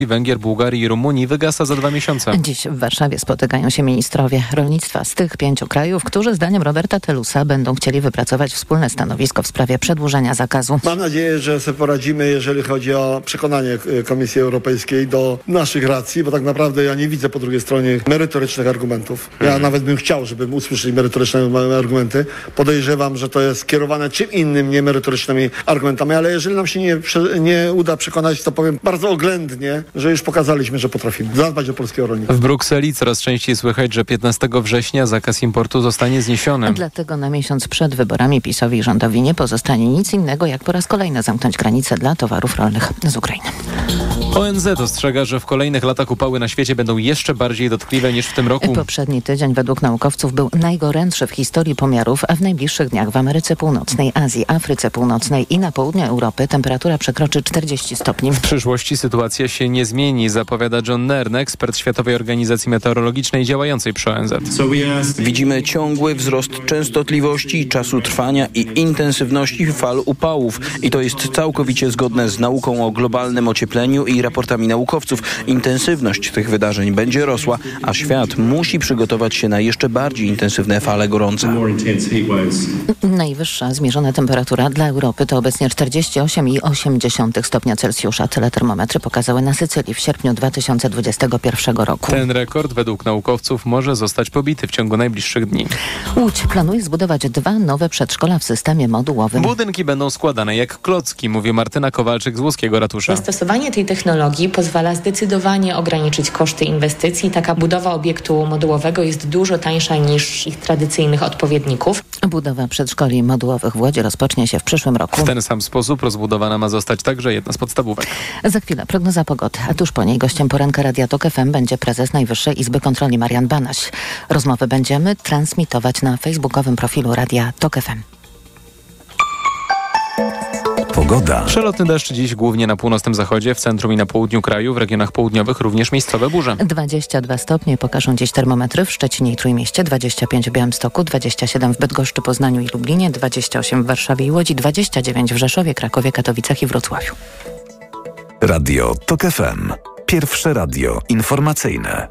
Węgier, Bułgarii i Rumunii wygasa za 2 miesiące. Dziś w Warszawie spotykają się ministrowie rolnictwa z tych 5 krajów, którzy zdaniem Roberta Telusa będą chcieli wypracować wspólne stanowisko w sprawie przedłużenia zakazu. Mam nadzieję, że sobie poradzimy, jeżeli chodzi o przekonanie Komisji Europejskiej do naszych racji, bo tak naprawdę ja nie widzę po drugiej stronie merytorycznych argumentów. Ja nawet bym chciał, żeby usłyszeli merytoryczne argumenty. Podejrzewam, że to jest kierowane czym innym, nie merytorycznymi argumentami, ale jeżeli nam się nie uda przekonać, to powiem bardzo oględnie, że już pokazaliśmy, że potrafimy zadbać o polskiego rolnika. W Brukseli coraz częściej słychać, że 15 września zakaz importu zostanie zniesiony. Dlatego na miesiąc przed wyborami PiS-owi i rządowi nie pozostanie nic innego, jak po raz kolejny zamknąć granice dla towarów rolnych z Ukrainy. ONZ ostrzega, że w kolejnych latach upały na świecie będą jeszcze bardziej dotkliwe niż w tym roku. Poprzedni tydzień według naukowców był najgorętszy w historii pomiarów, a w najbliższych dniach w Ameryce Północnej, Azji, Afryce Północnej i na południu Europy temperatura przekroczy 40 stopni. W przyszłości sytuacja się nie zmieni, zapowiada John Nairn, ekspert Światowej Organizacji Meteorologicznej działającej przy ONZ. Widzimy ciągły wzrost częstotliwości, czasu trwania i intensywności fal upałów. I to jest całkowicie zgodne z nauką o globalnym ociepleniu i raportami naukowców. Intensywność tych wydarzeń będzie rosła, a świat musi przygotować się na jeszcze bardziej intensywne fale gorąca. Najwyższa zmierzona temperatura dla Europy to obecnie 48,8 stopnia Celsjusza. Tyle termometry pokazały na Sycylii w sierpniu 2021 roku. Ten rekord według naukowców może zostać pobity w ciągu najbliższych dni. Łódź planuje zbudować 2 nowe przedszkola w systemie modułowym. Budynki będą składane jak klocki, mówi Martyna Kowalczyk z Łódzkiego Ratusza. Zastosowanie tej technologii pozwala zdecydowanie ograniczyć koszty inwestycji. Taka budowa obiektu modułowego jest dużo tańsza niż ich tradycyjnych odpowiedników. Budowa przedszkoli modułowych w Łodzi rozpocznie się w przyszłym roku. W ten sam sposób rozbudowana ma zostać także jedna z podstawówek. Za chwilę prognoza pogody, a tuż po niej gościem poranka Radia Tok FM będzie prezes Najwyższej Izby Kontroli Marian Banaś. Rozmowę będziemy transmitować na facebookowym profilu Radia Tok FM. Pogoda. Przelotny deszcz dziś głównie na północnym zachodzie, w centrum i na południu kraju, w regionach południowych również miejscowe burze. 22 stopnie pokażą dziś termometry w Szczecinie i Trójmieście, 25 w Białymstoku, 27 w Bydgoszczy, Poznaniu i Lublinie, 28 w Warszawie i Łodzi, 29 w Rzeszowie, Krakowie, Katowicach i Wrocławiu. Radio Tok FM. Pierwsze radio informacyjne.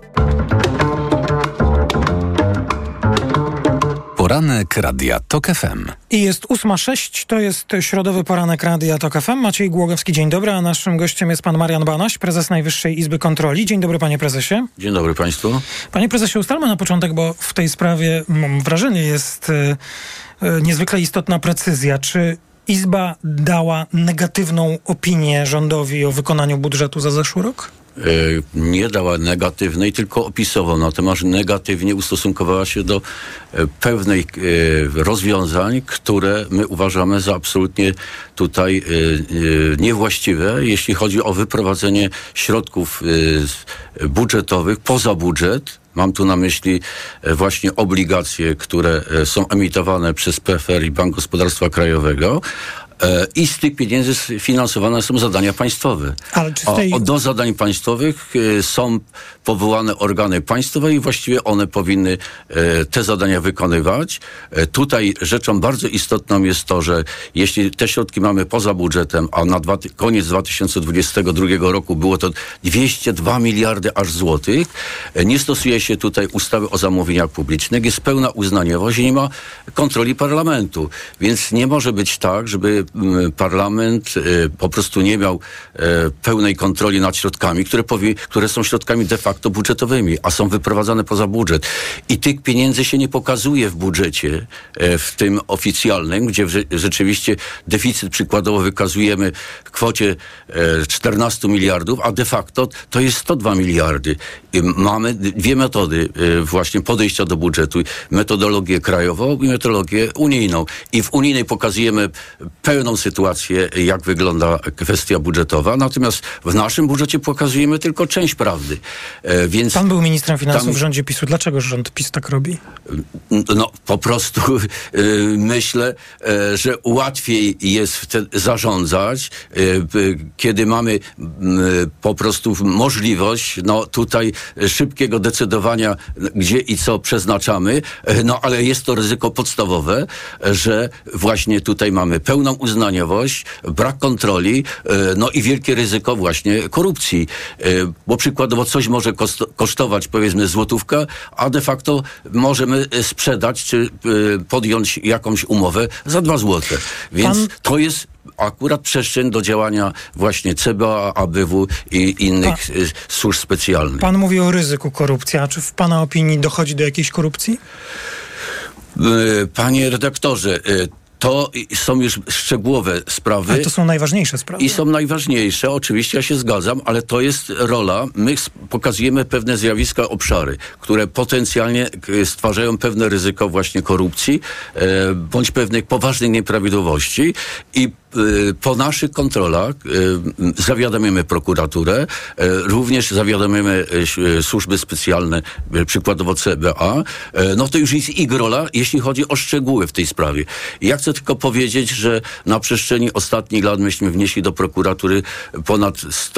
Poranek Radia Tok FM. I jest 8:06, to jest środowy poranek Radia Tok FM. Maciej Głogowski, dzień dobry, a naszym gościem jest pan Marian Banaś, prezes Najwyższej Izby Kontroli. Dzień dobry, panie prezesie. Dzień dobry państwu. Panie prezesie, ustalmy na początek, bo w tej sprawie, mam wrażenie, jest niezwykle istotna precyzja. Czy Izba dała negatywną opinię rządowi o wykonaniu budżetu za zeszły rok? Nie dała negatywnej, tylko opisową. Natomiast negatywnie ustosunkowała się do pewnych rozwiązań, które my uważamy za absolutnie tutaj niewłaściwe, jeśli chodzi o wyprowadzenie środków budżetowych poza budżet. Mam tu na myśli właśnie obligacje, które są emitowane przez PFR i Bank Gospodarstwa Krajowego. I z tych pieniędzy finansowane są zadania państwowe. Ale czy do zadań państwowych są powołane organy państwowe i właściwie one powinny te zadania wykonywać. Tutaj rzeczą bardzo istotną jest to, że jeśli te środki mamy poza budżetem, a na koniec 2022 roku było to 202 miliardy aż złotych, nie stosuje się tutaj ustawy o zamówieniach publicznych, jest pełna uznaniowość i nie ma kontroli parlamentu. Więc nie może być tak, żeby parlament po prostu nie miał pełnej kontroli nad środkami, które są środkami de facto budżetowymi, a są wyprowadzane poza budżet. I tych pieniędzy się nie pokazuje w budżecie, w tym oficjalnym, gdzie rzeczywiście deficyt przykładowo wykazujemy w kwocie 14 miliardów, a de facto to jest 102 miliardy. I mamy dwie metody właśnie podejścia do budżetu. Metodologię krajową i metodologię unijną. I w unijnej pokazujemy pełną sytuację, jak wygląda kwestia budżetowa, natomiast w naszym budżecie pokazujemy tylko część prawdy. Więc pan był ministrem finansów w rządzie PiS-u. Dlaczego rząd PiS tak robi? No, po prostu myślę, że łatwiej jest zarządzać, kiedy mamy po prostu możliwość, tutaj szybkiego decydowania, gdzie i co przeznaczamy, ale jest to ryzyko podstawowe, że właśnie tutaj mamy pełną nieuznaniowość, brak kontroli, no i wielkie ryzyko właśnie korupcji. Bo przykładowo coś może kosztować powiedzmy złotówkę, a de facto możemy sprzedać czy podjąć jakąś umowę za 2 złote. Więc to jest akurat przestrzeń do działania właśnie CBA, ABW i innych służb specjalnych. Pan mówi o ryzyku korupcji, a czy w pana opinii dochodzi do jakiejś korupcji? Panie redaktorze, to są już szczegółowe sprawy. Ale to są najważniejsze sprawy. I są najważniejsze, oczywiście ja się zgadzam, ale to jest rola. My pokazujemy pewne zjawiska, obszary, które potencjalnie stwarzają pewne ryzyko właśnie korupcji, bądź pewnych poważnych nieprawidłowości i po naszych kontrolach zawiadamiamy prokuraturę, również zawiadamiamy służby specjalne, przykładowo CBA. No to już jest ich rola, jeśli chodzi o szczegóły w tej sprawie. Ja chcę tylko powiedzieć, że na przestrzeni ostatnich lat myśmy wnieśli do prokuratury ponad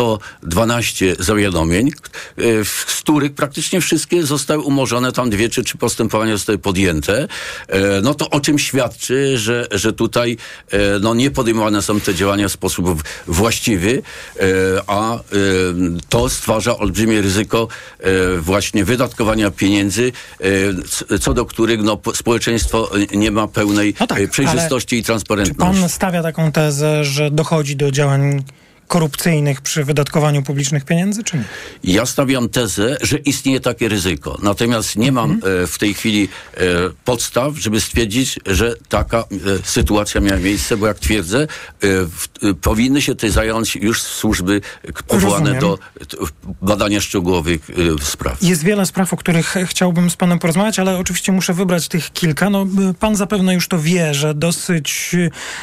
112 zawiadomień, z których praktycznie wszystkie zostały umorzone, tam 2 czy 3 postępowania zostały podjęte. No to o czym świadczy, że tutaj no nie podejmowane są te działania w sposób właściwy, a to stwarza olbrzymie ryzyko właśnie wydatkowania pieniędzy, co do których no, społeczeństwo nie ma pełnej przejrzystości i transparentności. Czy pan stawia taką tezę, że dochodzi do działań korupcyjnych przy wydatkowaniu publicznych pieniędzy, czy nie? Ja stawiam tezę, że istnieje takie ryzyko. Natomiast nie mam w tej chwili podstaw, żeby stwierdzić, że taka sytuacja miała miejsce, bo jak twierdzę, powinny się zająć już służby powołane do badania szczegółowych spraw. Jest wiele spraw, o których chciałbym z panem porozmawiać, ale oczywiście muszę wybrać tych kilka. No, pan zapewne już to wie, że dosyć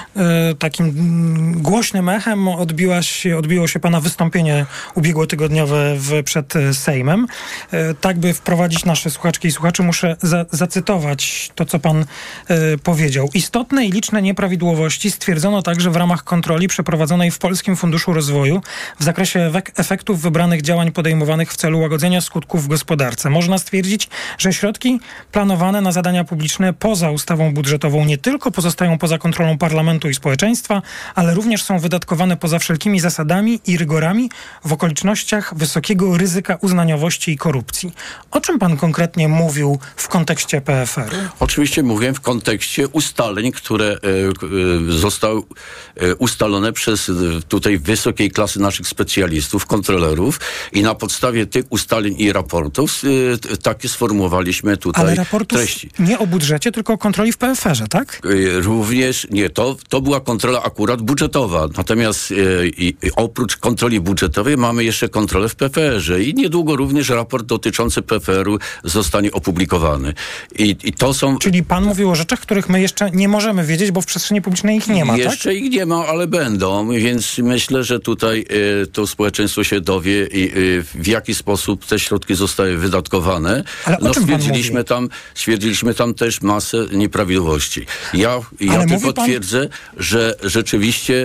takim głośnym echem odbiło się pana wystąpienie ubiegłotygodniowe przed Sejmem. Tak, by wprowadzić nasze słuchaczki i słuchaczy, muszę zacytować to, co pan powiedział. Istotne i liczne nieprawidłowości stwierdzono także w ramach kontroli przeprowadzonej w Polskim Funduszu Rozwoju w zakresie efektów wybranych działań podejmowanych w celu łagodzenia skutków w gospodarce. Można stwierdzić, że środki planowane na zadania publiczne poza ustawą budżetową nie tylko pozostają poza kontrolą parlamentu i społeczeństwa, ale również są wydatkowane poza wszelkimi zasadami i rygorami w okolicznościach wysokiego ryzyka uznaniowości i korupcji. O czym pan konkretnie mówił w kontekście PFR-u? Oczywiście mówiłem w kontekście ustaleń, które zostały ustalone przez tutaj wysokiej klasy naszych specjalistów, kontrolerów i na podstawie tych ustaleń i raportów takie sformułowaliśmy tutaj ale raportów treści. Nie o budżecie, tylko o kontroli w PFR-ze, tak? Również nie, to była kontrola akurat budżetowa. Natomiast oprócz kontroli budżetowej mamy jeszcze kontrolę w PFR-ze i niedługo również raport dotyczący PFR-u zostanie opublikowany. I to są... Czyli pan mówił o rzeczach, których my jeszcze nie możemy wiedzieć, bo w przestrzeni publicznej ich nie ma, jeszcze tak? ich nie ma, ale będą, więc myślę, że tutaj to społeczeństwo się dowie i w jaki sposób te środki zostały wydatkowane. Ale o czym pan mówi? Stwierdziliśmy tam też masę nieprawidłowości. Ja tylko twierdzę, że rzeczywiście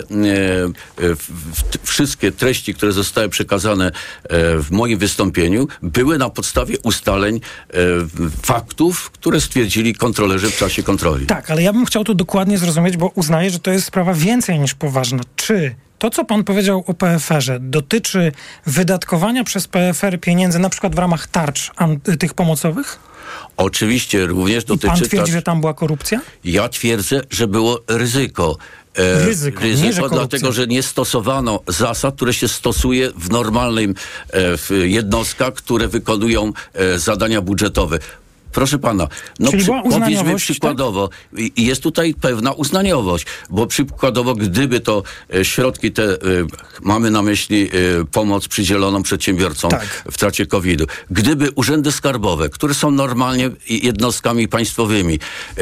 wszystkie treści, które zostały przekazane w moim wystąpieniu, były na podstawie ustaleń faktów, które stwierdzili kontrolerzy w czasie kontroli. Tak, ale ja bym chciał to dokładnie zrozumieć, bo uznaję, że to jest sprawa więcej niż poważna. Czy to, co pan powiedział o PFR-ze, dotyczy wydatkowania przez PFR pieniędzy na przykład w ramach tarcz tych pomocowych? Oczywiście również dotyczy... I pan twierdzi, że tam była korupcja? Ja twierdzę, że było ryzyko. Ryzyko, dlatego, że nie stosowano zasad, które się stosuje w normalnym jednostkach, które wykonują zadania budżetowe. Proszę pana, powiedzmy przykładowo, tak? Jest tutaj pewna uznaniowość, bo przykładowo, gdyby to środki te, mamy na myśli pomoc przydzieloną przedsiębiorcom w trakcie COVID-u, gdyby urzędy skarbowe, które są normalnie jednostkami państwowymi,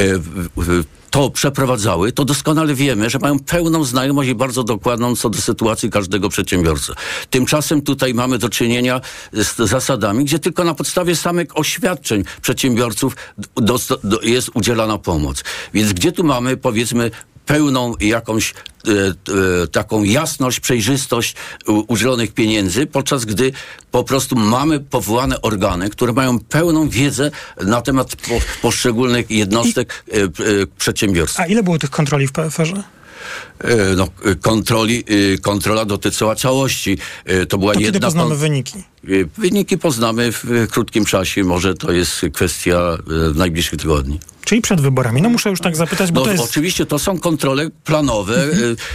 to przeprowadzały, to doskonale wiemy, że mają pełną znajomość i bardzo dokładną co do sytuacji każdego przedsiębiorcy. Tymczasem tutaj mamy do czynienia z zasadami, gdzie tylko na podstawie samych oświadczeń przedsiębiorców jest udzielana pomoc. Więc gdzie tu mamy, powiedzmy, pełną jakąś taką jasność, przejrzystość udzielonych pieniędzy, podczas gdy po prostu mamy powołane organy, które mają pełną wiedzę na temat poszczególnych jednostek przedsiębiorstw. A ile było tych kontroli w PFR-ze? Kontrola dotyczyła całości. To była Kiedy poznamy wyniki? Wyniki poznamy w krótkim czasie. Może to jest kwestia najbliższych tygodni. Czyli przed wyborami. No muszę już tak zapytać, bo to jest... Oczywiście to są kontrole planowe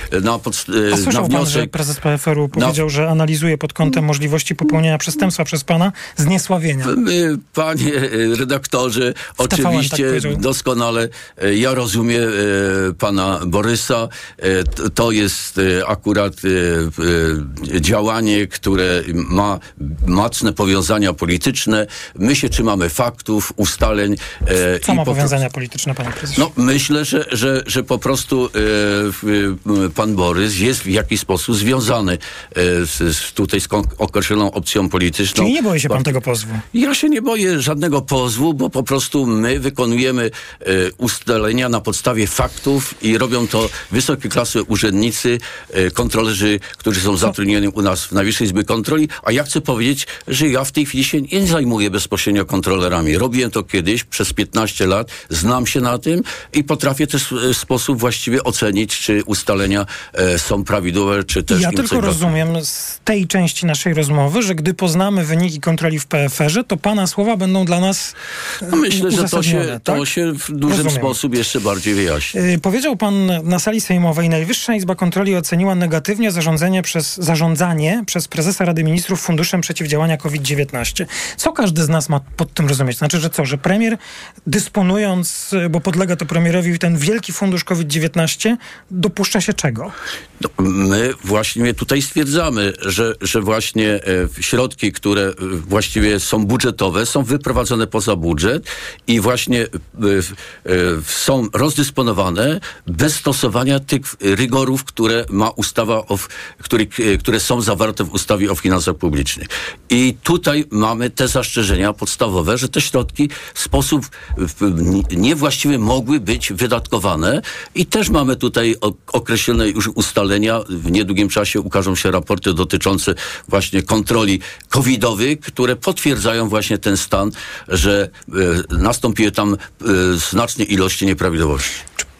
A słyszał pan, że prezes PFR-u powiedział, że analizuje pod kątem możliwości popełnienia przestępstwa przez pana zniesławienia? Panie redaktorze, oczywiście tak doskonale ja rozumiem pana Borysa. To jest akurat działanie, które ma mocne powiązania polityczne. My się trzymamy faktów, ustaleń. Co ma powiązania polityczne, panie prezesie? No, myślę, że po prostu pan Borys jest w jakiś sposób związany tutaj z określoną opcją polityczną. Czyli nie boi się pan tego pozwu? Ja się nie boję żadnego pozwu, bo po prostu my wykonujemy ustalenia na podstawie faktów i robią to wysokiej klasy urzędnicy, kontrolerzy, którzy są zatrudnieni u nas w Najwyższej Izbie Kontroli, a ja chcę powiedzieć, że ja w tej chwili się nie zajmuję bezpośrednio kontrolerami. Robiłem to kiedyś, przez 15 lat, znam się na tym i potrafię też w sposób właściwie ocenić, czy ustalenia są prawidłowe, czy też... Ja tylko rozumiem z tej części naszej rozmowy, że gdy poznamy wyniki kontroli w PFR-ze, to pana słowa będą dla nas myślę, że to się w dużym sposób jeszcze bardziej wyjaśni. Powiedział pan na sali sejmowej, Najwyższa Izba Kontroli oceniła negatywnie zarządzanie przez prezesa Rady Ministrów Funduszem Przeciwdziałania COVID-19. Co każdy z nas ma pod tym rozumieć? Znaczy, że co? Że premier dysponując, bo podlega to premierowi, ten wielki fundusz COVID-19 dopuszcza się czego? No, my właśnie tutaj stwierdzamy, że właśnie środki, które właściwie są budżetowe, są wyprowadzone poza budżet i właśnie są rozdysponowane bez stosowania tych rygorów, które ma ustawa, które są zawarte w ustawie o finansach publicznych. I tutaj mamy te zastrzeżenia podstawowe, że te środki w sposób niewłaściwy mogły być wydatkowane i też mamy tutaj określone już ustalenia. W niedługim czasie ukażą się raporty dotyczące właśnie kontroli covidowych, które potwierdzają właśnie ten stan, że nastąpiły tam znaczne ilości nieprawidłowości.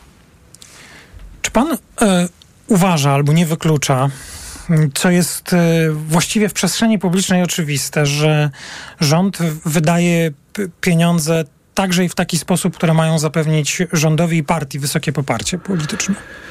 Czy pan uważa albo nie wyklucza, co jest właściwie w przestrzeni publicznej oczywiste, że rząd wydaje pieniądze także i w taki sposób, które mają zapewnić rządowi i partii wysokie poparcie polityczne?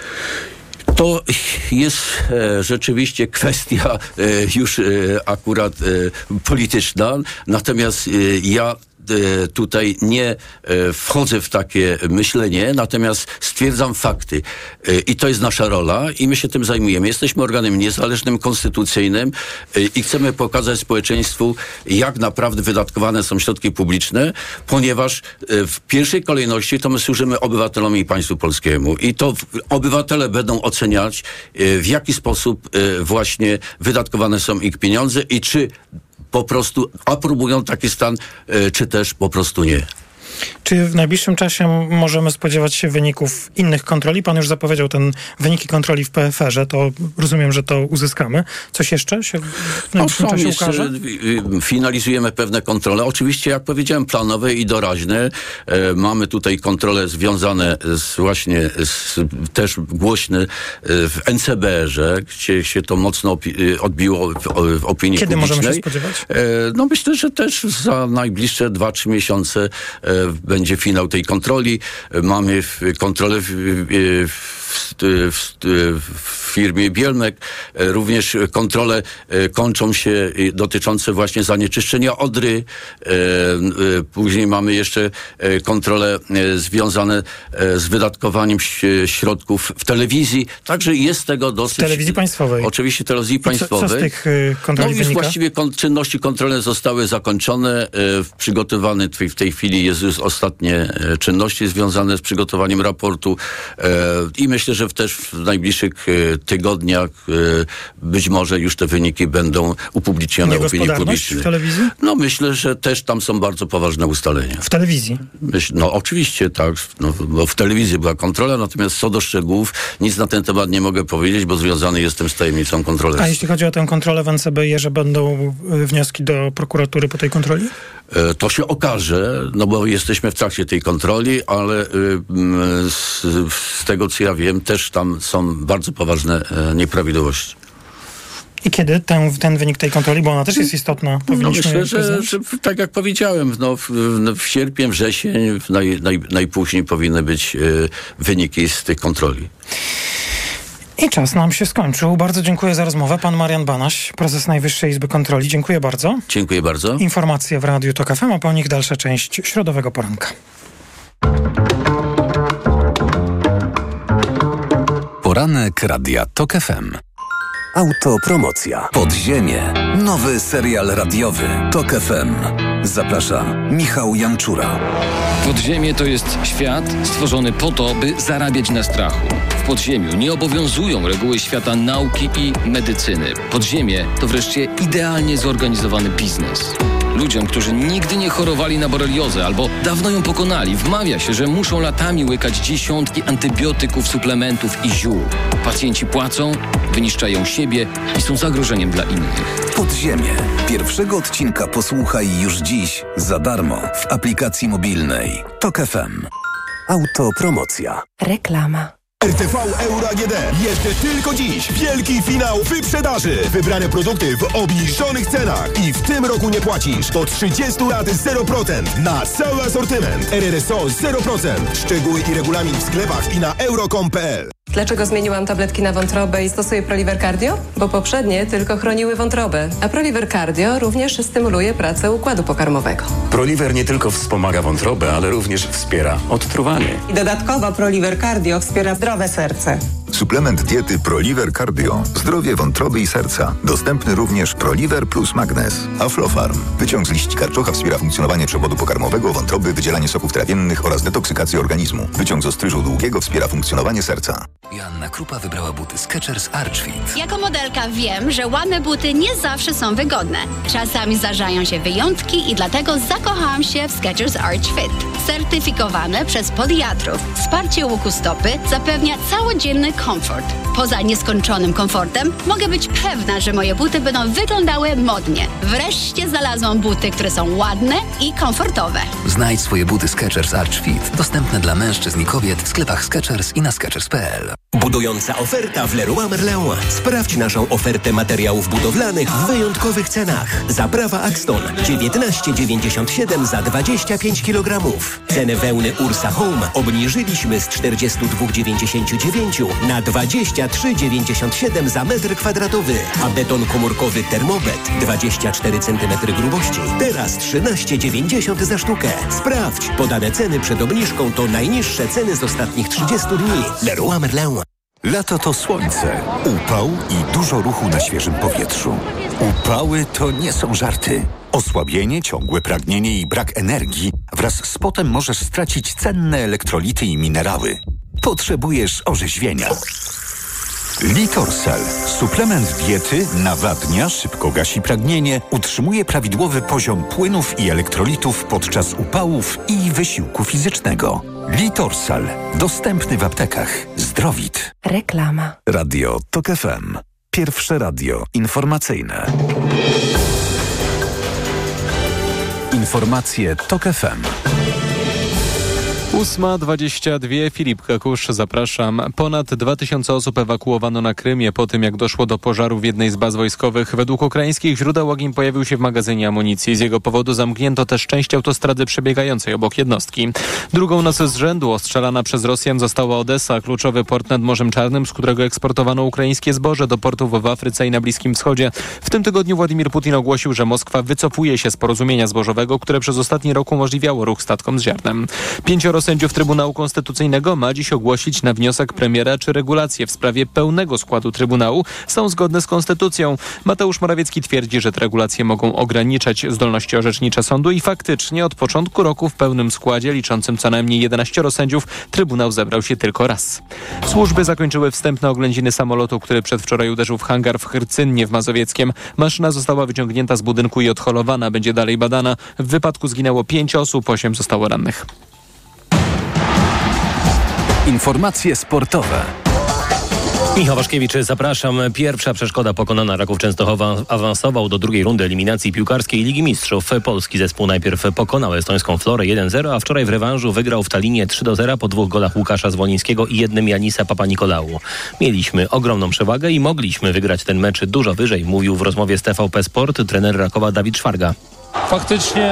To jest rzeczywiście kwestia już akurat polityczna, natomiast ja tutaj nie wchodzę w takie myślenie, natomiast stwierdzam fakty. I to jest nasza rola i my się tym zajmujemy. Jesteśmy organem niezależnym, konstytucyjnym i chcemy pokazać społeczeństwu, jak naprawdę wydatkowane są środki publiczne, ponieważ w pierwszej kolejności to my służymy obywatelom i państwu polskiemu. I to obywatele będą oceniać, w jaki sposób właśnie wydatkowane są ich pieniądze i czy po prostu aprobują taki stan, czy też po prostu nie. Czy w najbliższym czasie możemy spodziewać się wyników innych kontroli? Pan już zapowiedział wyniki kontroli w PFR-ze, to rozumiem, że to uzyskamy. Coś jeszcze się w najbliższym czasie ukaże? Finalizujemy pewne kontrole. Oczywiście, jak powiedziałem, planowe i doraźne. Mamy tutaj kontrole związane też głośne w NCBR-ze, gdzie się to mocno odbiło w opinii publicznej. Kiedy możemy się spodziewać? No myślę, że też za najbliższe 2-3 miesiące będzie finał tej kontroli. Mamy kontrolę w firmie Bielmek. Również kontrole kończą się dotyczące właśnie zanieczyszczenia Odry. Później mamy jeszcze kontrole związane z wydatkowaniem środków w telewizji. Także jest tego dosyć. W telewizji państwowej? Oczywiście telewizji państwowej. Co z tych kontroli już wynika? właściwie czynności kontrolne zostały zakończone. Przygotowany w tej chwili jest już ostatnie czynności związane z przygotowaniem raportu i myślę, że też w najbliższych tygodniach być może już te wyniki będą upublicznione opinii publicznej. W telewizji? No myślę, że też tam są bardzo poważne ustalenia. W telewizji? No oczywiście tak, bo w telewizji była kontrola, natomiast co do szczegółów nic na ten temat nie mogę powiedzieć, bo związany jestem z tajemnicą kontrolerską. A jeśli chodzi o tę kontrolę w NCBR, że będą wnioski do prokuratury po tej kontroli? To się okaże, no bo jesteśmy w trakcie tej kontroli, ale z tego co ja wiem, też tam są bardzo poważne nieprawidłowości. I kiedy ten wynik tej kontroli, bo ona też jest istotna, powinniśmy myślę, że tak jak powiedziałem, w sierpień, wrzesień, najpóźniej powinny być wyniki z tych kontroli. I czas nam się skończył. Bardzo dziękuję za rozmowę. Pan Marian Banaś, prezes Najwyższej Izby Kontroli. Dziękuję bardzo. Dziękuję bardzo. Informacje w Radiu TOK FM, a po nich dalsza część środowego poranka. Poranek Radia TOK FM. Autopromocja. Podziemie. Nowy serial radiowy. TOK FM. Zaprasza Michał Janczura. Podziemie to jest świat stworzony po to, by zarabiać na strachu. W podziemiu nie obowiązują reguły świata nauki i medycyny. Podziemie to wreszcie idealnie zorganizowany biznes. Ludziom, którzy nigdy nie chorowali na boreliozę albo dawno ją pokonali, wmawia się, że muszą latami łykać dziesiątki antybiotyków, suplementów i ziół. Pacjenci płacą, wyniszczają siebie i są zagrożeniem dla innych. Podziemie. Pierwszego odcinka posłuchaj już dziś za darmo w aplikacji mobilnej TOK FM. Autopromocja. Reklama. RTV Euro AGD. Jeszcze tylko dziś wielki finał wyprzedaży. Wybrane produkty w obniżonych cenach. I w tym roku nie płacisz. Do 30 lat 0% na cały asortyment. RRSO 0%. Szczegóły i regulamin w sklepach i na euro.com.pl. Dlaczego zmieniłam tabletki na wątrobę i stosuję Proliver Cardio? Bo poprzednie tylko chroniły wątrobę, a Proliver Cardio również stymuluje pracę układu pokarmowego. Proliver nie tylko wspomaga wątrobę, ale również wspiera odtruwanie. I dodatkowo Proliver Cardio wspiera zdrowe serce. Suplement diety Proliver Cardio. Zdrowie wątroby i serca. Dostępny również Proliver plus Magnez. Aflofarm. Wyciąg z liści karczocha wspiera funkcjonowanie przewodu pokarmowego, wątroby, wydzielanie soków trawiennych oraz detoksykację organizmu. Wyciąg z ostryżu długiego wspiera funkcjonowanie serca. Joanna Krupa wybrała buty Skechers Archfit. Jako modelka wiem, że ładne buty nie zawsze są wygodne. Czasami zdarzają się wyjątki i dlatego zakochałam się w Skechers Archfit. Certyfikowane przez podiatrów. Wsparcie łuku stopy zapewnia całodzienny komfort. Poza nieskończonym komfortem mogę być pewna, że moje buty będą wyglądały modnie. Wreszcie znalazłam buty, które są ładne i komfortowe. Znajdź swoje buty Skechers Archfit. Dostępne dla mężczyzn i kobiet w sklepach Skechers i na skechers.pl. Budująca oferta w Leroy Merlin. Sprawdź naszą ofertę materiałów budowlanych w wyjątkowych cenach. Zaprawa Axton 19,97 za 25 kg. Cenę wełny Ursa Home obniżyliśmy z 42,99 na 23,97 za metr kwadratowy. A beton komórkowy Thermobet 24 cm grubości teraz 13,90 za sztukę. Sprawdź, podane ceny przed obniżką to najniższe ceny z ostatnich 30 dni. Leroy Merlin. Lato to słońce, upał i dużo ruchu na świeżym powietrzu. Upały to nie są żarty. Osłabienie, ciągłe pragnienie i brak energii wraz z potem możesz stracić cenne elektrolity i minerały. Potrzebujesz orzeźwienia. Litorsal. Suplement diety nawadnia, szybko gasi pragnienie, utrzymuje prawidłowy poziom płynów i elektrolitów podczas upałów i wysiłku fizycznego. Litorsal. Dostępny w aptekach. Zdrowit. Reklama. Radio TOK FM. Pierwsze radio informacyjne. Informacje TOK FM. 8:22. Filip Kakusz, zapraszam. Ponad 2000 osób ewakuowano na Krymie po tym, jak doszło do pożaru w jednej z baz wojskowych. Według ukraińskich źródeł ogień pojawił się w magazynie amunicji. Z jego powodu zamknięto też część autostrady przebiegającej obok jednostki. Drugą noc z rzędu ostrzelana przez Rosjan została Odessa, kluczowy port nad Morzem Czarnym, z którego eksportowano ukraińskie zboże do portów w Afryce i na Bliskim Wschodzie. W tym tygodniu Władimir Putin ogłosił, że Moskwa wycofuje się z porozumienia zbożowego, które przez ostatni rok umożliwiało ruch statkom z ziarnem. 5 sędziów Trybunału Konstytucyjnego ma dziś ogłosić na wniosek premiera, czy regulacje w sprawie pełnego składu Trybunału są zgodne z konstytucją. Mateusz Morawiecki twierdzi, że te regulacje mogą ograniczać zdolności orzecznicze sądu i faktycznie od początku roku w pełnym składzie, liczącym co najmniej 11 sędziów, Trybunał zebrał się tylko raz. Służby zakończyły wstępne oględziny samolotu, który przedwczoraj uderzył w hangar w Hrcynnie w Mazowieckiem. Maszyna została wyciągnięta z budynku i odholowana, będzie dalej badana. W wypadku zginęło 5 osób, 8 zostało rannych. Informacje sportowe. Michał Waszkiewicz, zapraszam. Pierwsza przeszkoda pokonana. Raków Częstochowa awansował do drugiej rundy eliminacji piłkarskiej Ligi Mistrzów. Polski zespół najpierw pokonał estońską Florę 1-0, a wczoraj w rewanżu wygrał w Tallinie 3-0 po 2 golach Łukasza Zwolińskiego i 1 Janisa Papanikolaou. Mieliśmy ogromną przewagę i mogliśmy wygrać ten mecz dużo wyżej, mówił w rozmowie z TVP Sport trener Rakowa Dawid Szwarga. Faktycznie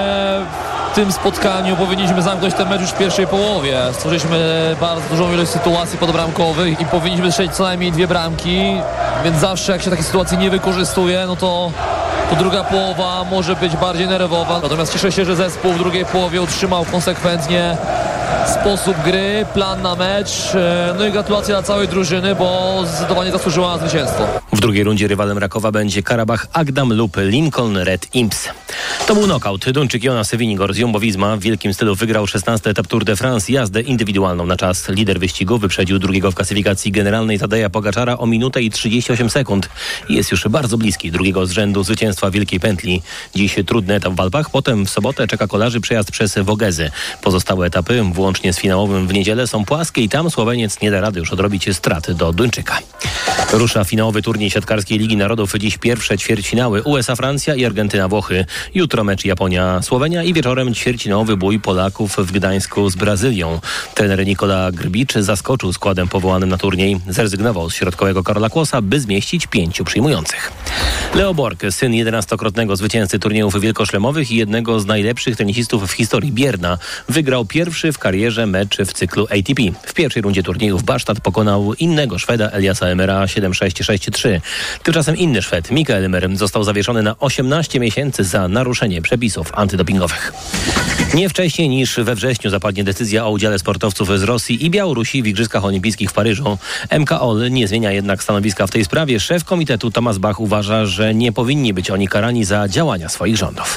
w tym spotkaniu powinniśmy zamknąć ten mecz już w pierwszej połowie. Stworzyliśmy bardzo dużą ilość sytuacji podbramkowych i powinniśmy strzelić co najmniej 2 bramki, więc zawsze jak się takiej sytuacji nie wykorzystuje, no to druga połowa może być bardziej nerwowa. Natomiast cieszę się, że zespół w drugiej połowie utrzymał konsekwentnie sposób gry, plan na mecz. No i gratulacje dla całej drużyny, bo zdecydowanie zasłużyła na zwycięstwo. W drugiej rundzie rywalem Rakowa będzie Karabach Agdam lub Lincoln Red Imps. To był knockout. Duńczyk Jonas Vingegaard z Jumbo-Visma w wielkim stylu wygrał 16. etap Tour de France, jazdę indywidualną na czas. Lider wyścigu wyprzedził drugiego w klasyfikacji generalnej Tadeja Pogaczara o minutę i 38 sekund. Jest już bardzo bliski drugiego z rzędu zwycięstwa Wielkiej Pętli. Dziś trudny etap w Alpach, potem w sobotę czeka kolarzy przejazd przez Vogezy. Pozostałe etapy, włącznie z finałowym w niedzielę, są płaskie i tam Słoweniec nie da rady już odrobić straty do Duńczyka. Rusza finałowy turniej siatkarskiej Ligi Narodów. Dziś pierwsze ćwierćfinały USA-Francja i Argentyna-Włochy. Jutro mecz Japonia-Słowenia i wieczorem ćwierćfinałowy bój Polaków w Gdańsku z Brazylią. Trener Nikola Grbicz zaskoczył składem powołanym na turniej. Zrezygnował z środkowego Karola Kłosa, by zmieścić 5 przyjmujących. Leo Borg, syn 11-krotnego zwycięzcy turniejów wielkoszlemowych i jednego z najlepszych tenisistów w historii Bierna, wygrał pierwszy w karierze mecz w cyklu ATP. W pierwszej rundzie turniejów Bastad pokonał innego Szweda Eliasa Emera 7-6-6-3. Tymczasem inny Szwed, Mikael Emer, został zawieszony na 18 miesięcy za naruszenie przepisów antydopingowych. Nie wcześniej niż we wrześniu zapadnie decyzja o udziale sportowców z Rosji i Białorusi w Igrzyskach Olimpijskich w Paryżu. MKOL nie zmienia jednak stanowiska w tej sprawie. Szef komitetu Tomasz Bach uważa, że nie powinni być oni karani za działania swoich rządów.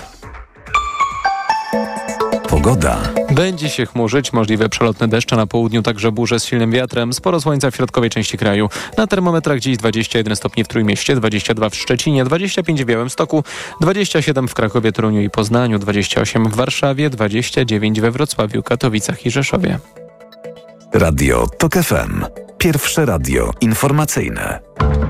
Pogoda. Będzie się chmurzyć, możliwe przelotne deszcze na południu, także burze z silnym wiatrem, sporo słońca w środkowej części kraju. Na termometrach dziś 21 stopni w Trójmieście, 22 w Szczecinie, 25 w Białymstoku, 27 w Krakowie, Toruniu i Poznaniu, 28 w Warszawie, 29 we Wrocławiu, Katowicach i Rzeszowie. Radio TOK FM. Pierwsze radio informacyjne.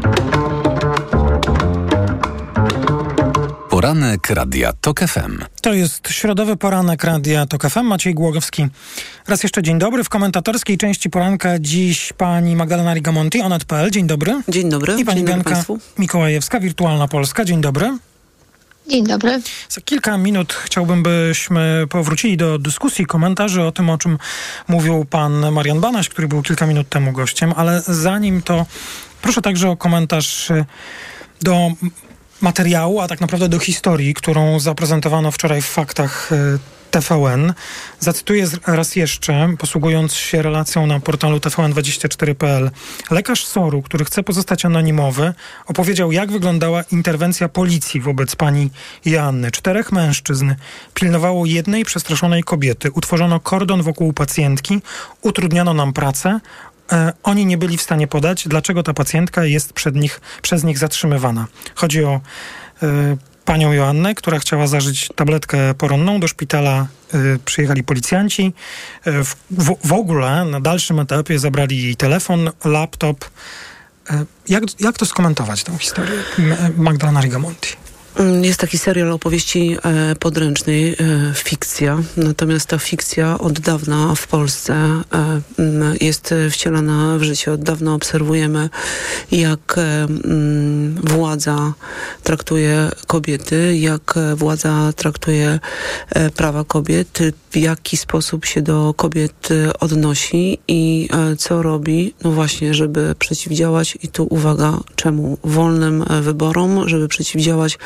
Poranek Radia TOK FM. To jest środowy poranek Radia TOK FM. Maciej Głogowski. Raz jeszcze dzień dobry. W komentatorskiej części poranka dziś pani Magdalena Rigamonti, Onet.pl. Dzień dobry. Dzień dobry. I pani Bianka Mikołajewska, Wirtualna Polska. Dzień dobry. Dzień dobry. Za kilka minut chciałbym, byśmy powrócili do dyskusji, komentarzy o tym, o czym mówił pan Marian Banaś, który był kilka minut temu gościem, ale zanim to proszę także o komentarz do materiału, a tak naprawdę do historii, którą zaprezentowano wczoraj w Faktach TVN. Zacytuję raz jeszcze, posługując się relacją na portalu tvn24.pl. Lekarz SOR-u, który chce pozostać anonimowy, opowiedział, jak wyglądała interwencja policji wobec pani Joanny. 4 mężczyzn pilnowało jednej przestraszonej kobiety. Utworzono kordon wokół pacjentki, utrudniano nam pracę. Oni nie byli w stanie podać, dlaczego ta pacjentka jest przez nich zatrzymywana. Chodzi o panią Joannę, która chciała zażyć tabletkę poronną. Do szpitala przyjechali policjanci. W ogóle na dalszym etapie zabrali jej telefon, laptop. Jak to skomentować, tę historię? Magdalena Rigamonti. Jest taki serial opowieści podręcznej, fikcja. Natomiast ta fikcja od dawna w Polsce jest wcielana w życie. Od dawna obserwujemy, jak władza traktuje kobiety, jak władza traktuje prawa kobiet, w jaki sposób się do kobiet odnosi i co robi, no właśnie, żeby przeciwdziałać, i tu uwaga, czemu? Wolnym wyborom, żeby przeciwdziałać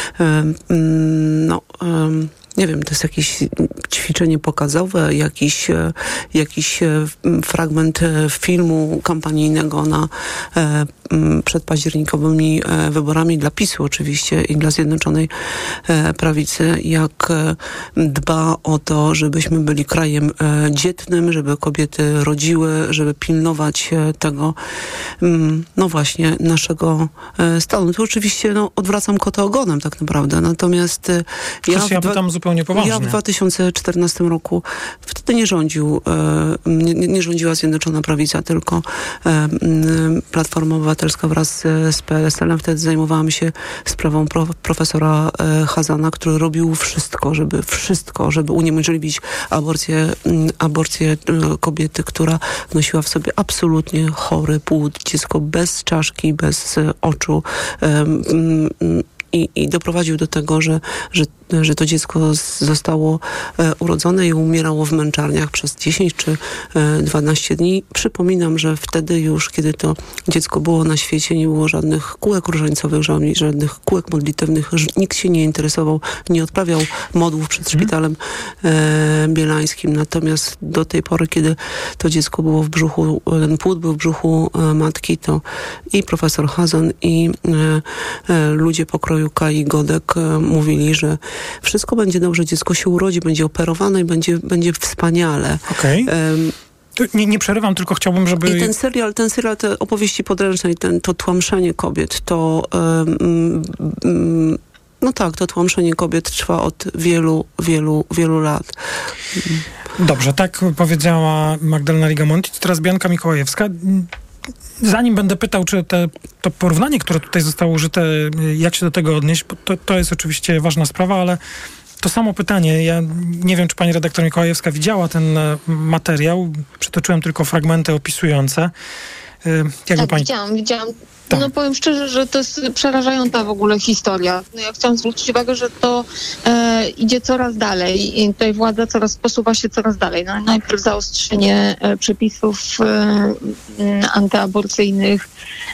nie wiem, to jest jakieś ćwiczenie pokazowe, jakiś fragment filmu kampanijnego przed październikowymi wyborami dla PiS-u oczywiście i dla Zjednoczonej Prawicy, jak dba o to, żebyśmy byli krajem dzietnym, żeby kobiety rodziły, żeby pilnować tego, no właśnie, naszego stanu. Tu oczywiście odwracam kota ogonem tak naprawdę, natomiast ja by tam zupełnie zupełnie poważnie. Ja w 2014 roku wtedy nie rządziła Zjednoczona Prawica, tylko Platforma Obywatelska wraz z PSL-em. Wtedy zajmowałam się sprawą profesora Chazana, który robił wszystko, żeby uniemożliwić aborcję kobiety, która nosiła w sobie absolutnie chory płód, dziecko bez czaszki, bez oczu. I doprowadził do tego, że to dziecko zostało urodzone i umierało w męczarniach przez 10 czy 12 dni. Przypominam, że wtedy już, kiedy to dziecko było na świecie, nie było żadnych kółek różańcowych, żadnych kółek modlitewnych. Nikt się nie interesował, nie odprawiał modłów przed szpitalem bielańskim. Natomiast do tej pory, kiedy to dziecko było w brzuchu, ten płód był w brzuchu matki, to i profesor Chazan, i ludzie pokroju Kai Godek mówili, że wszystko będzie dobrze, dziecko się urodzi, będzie operowane i będzie wspaniale. Okej. Nie przerywam, tylko chciałbym, żeby... I ten serial, te opowieści podręczne i to tłamszenie kobiet, to tłamszenie kobiet trwa od wielu, wielu, wielu lat. Dobrze, tak powiedziała Magdalena Rigamonti. Teraz Bianka Mikołajewska. Zanim będę pytał, czy to porównanie, które tutaj zostało użyte, jak się do tego odnieść, bo to jest oczywiście ważna sprawa, ale to samo pytanie. Ja nie wiem, czy pani redaktor Mikołajewska widziała ten materiał. Przytoczyłem tylko fragmenty opisujące. Widziałam. Tak. No powiem szczerze, że to jest przerażająca w ogóle historia. No ja chciałam zwrócić uwagę, że to idzie coraz dalej i tutaj władza posuwa się coraz dalej. No, najpierw zaostrzenie przepisów antyaborcyjnych,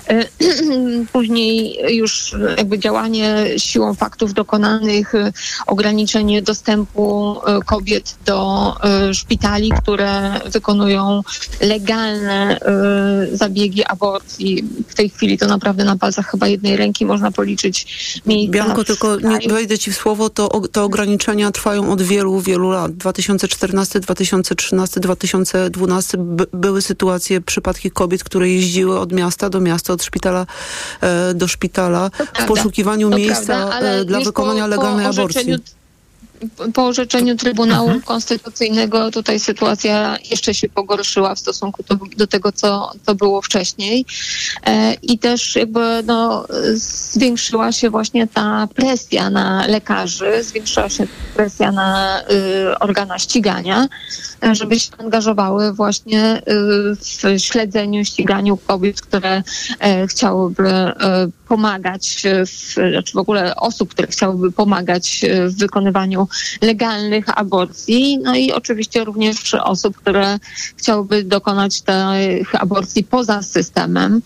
później już jakby działanie siłą faktów dokonanych, ograniczenie dostępu kobiet do szpitali, które wykonują legalne zabiegi aborcji. W tej chwili to naprawdę na palcach chyba jednej ręki można policzyć miejsca. Bianko, tylko nie wejdę ci w słowo, to ograniczenia trwają od wielu, wielu lat. 2014, 2013, 2012 były sytuacje, przypadki kobiet, które jeździły od miasta do miasta, od szpitala do szpitala w poszukiwaniu miejsca dla wykonania legalnej aborcji. Po orzeczeniu Trybunału Konstytucyjnego tutaj sytuacja jeszcze się pogorszyła w stosunku do tego, co było wcześniej. I też jakby zwiększyła się właśnie ta presja na lekarzy, zwiększyła się presja na organa ścigania, żeby się angażowały właśnie w śledzeniu, ściganiu kobiet, które chciałyby pomagać, czy w ogóle osób, które chciałyby pomagać w wykonywaniu legalnych aborcji, no i oczywiście również osób, które chciałyby dokonać tych aborcji poza systemem.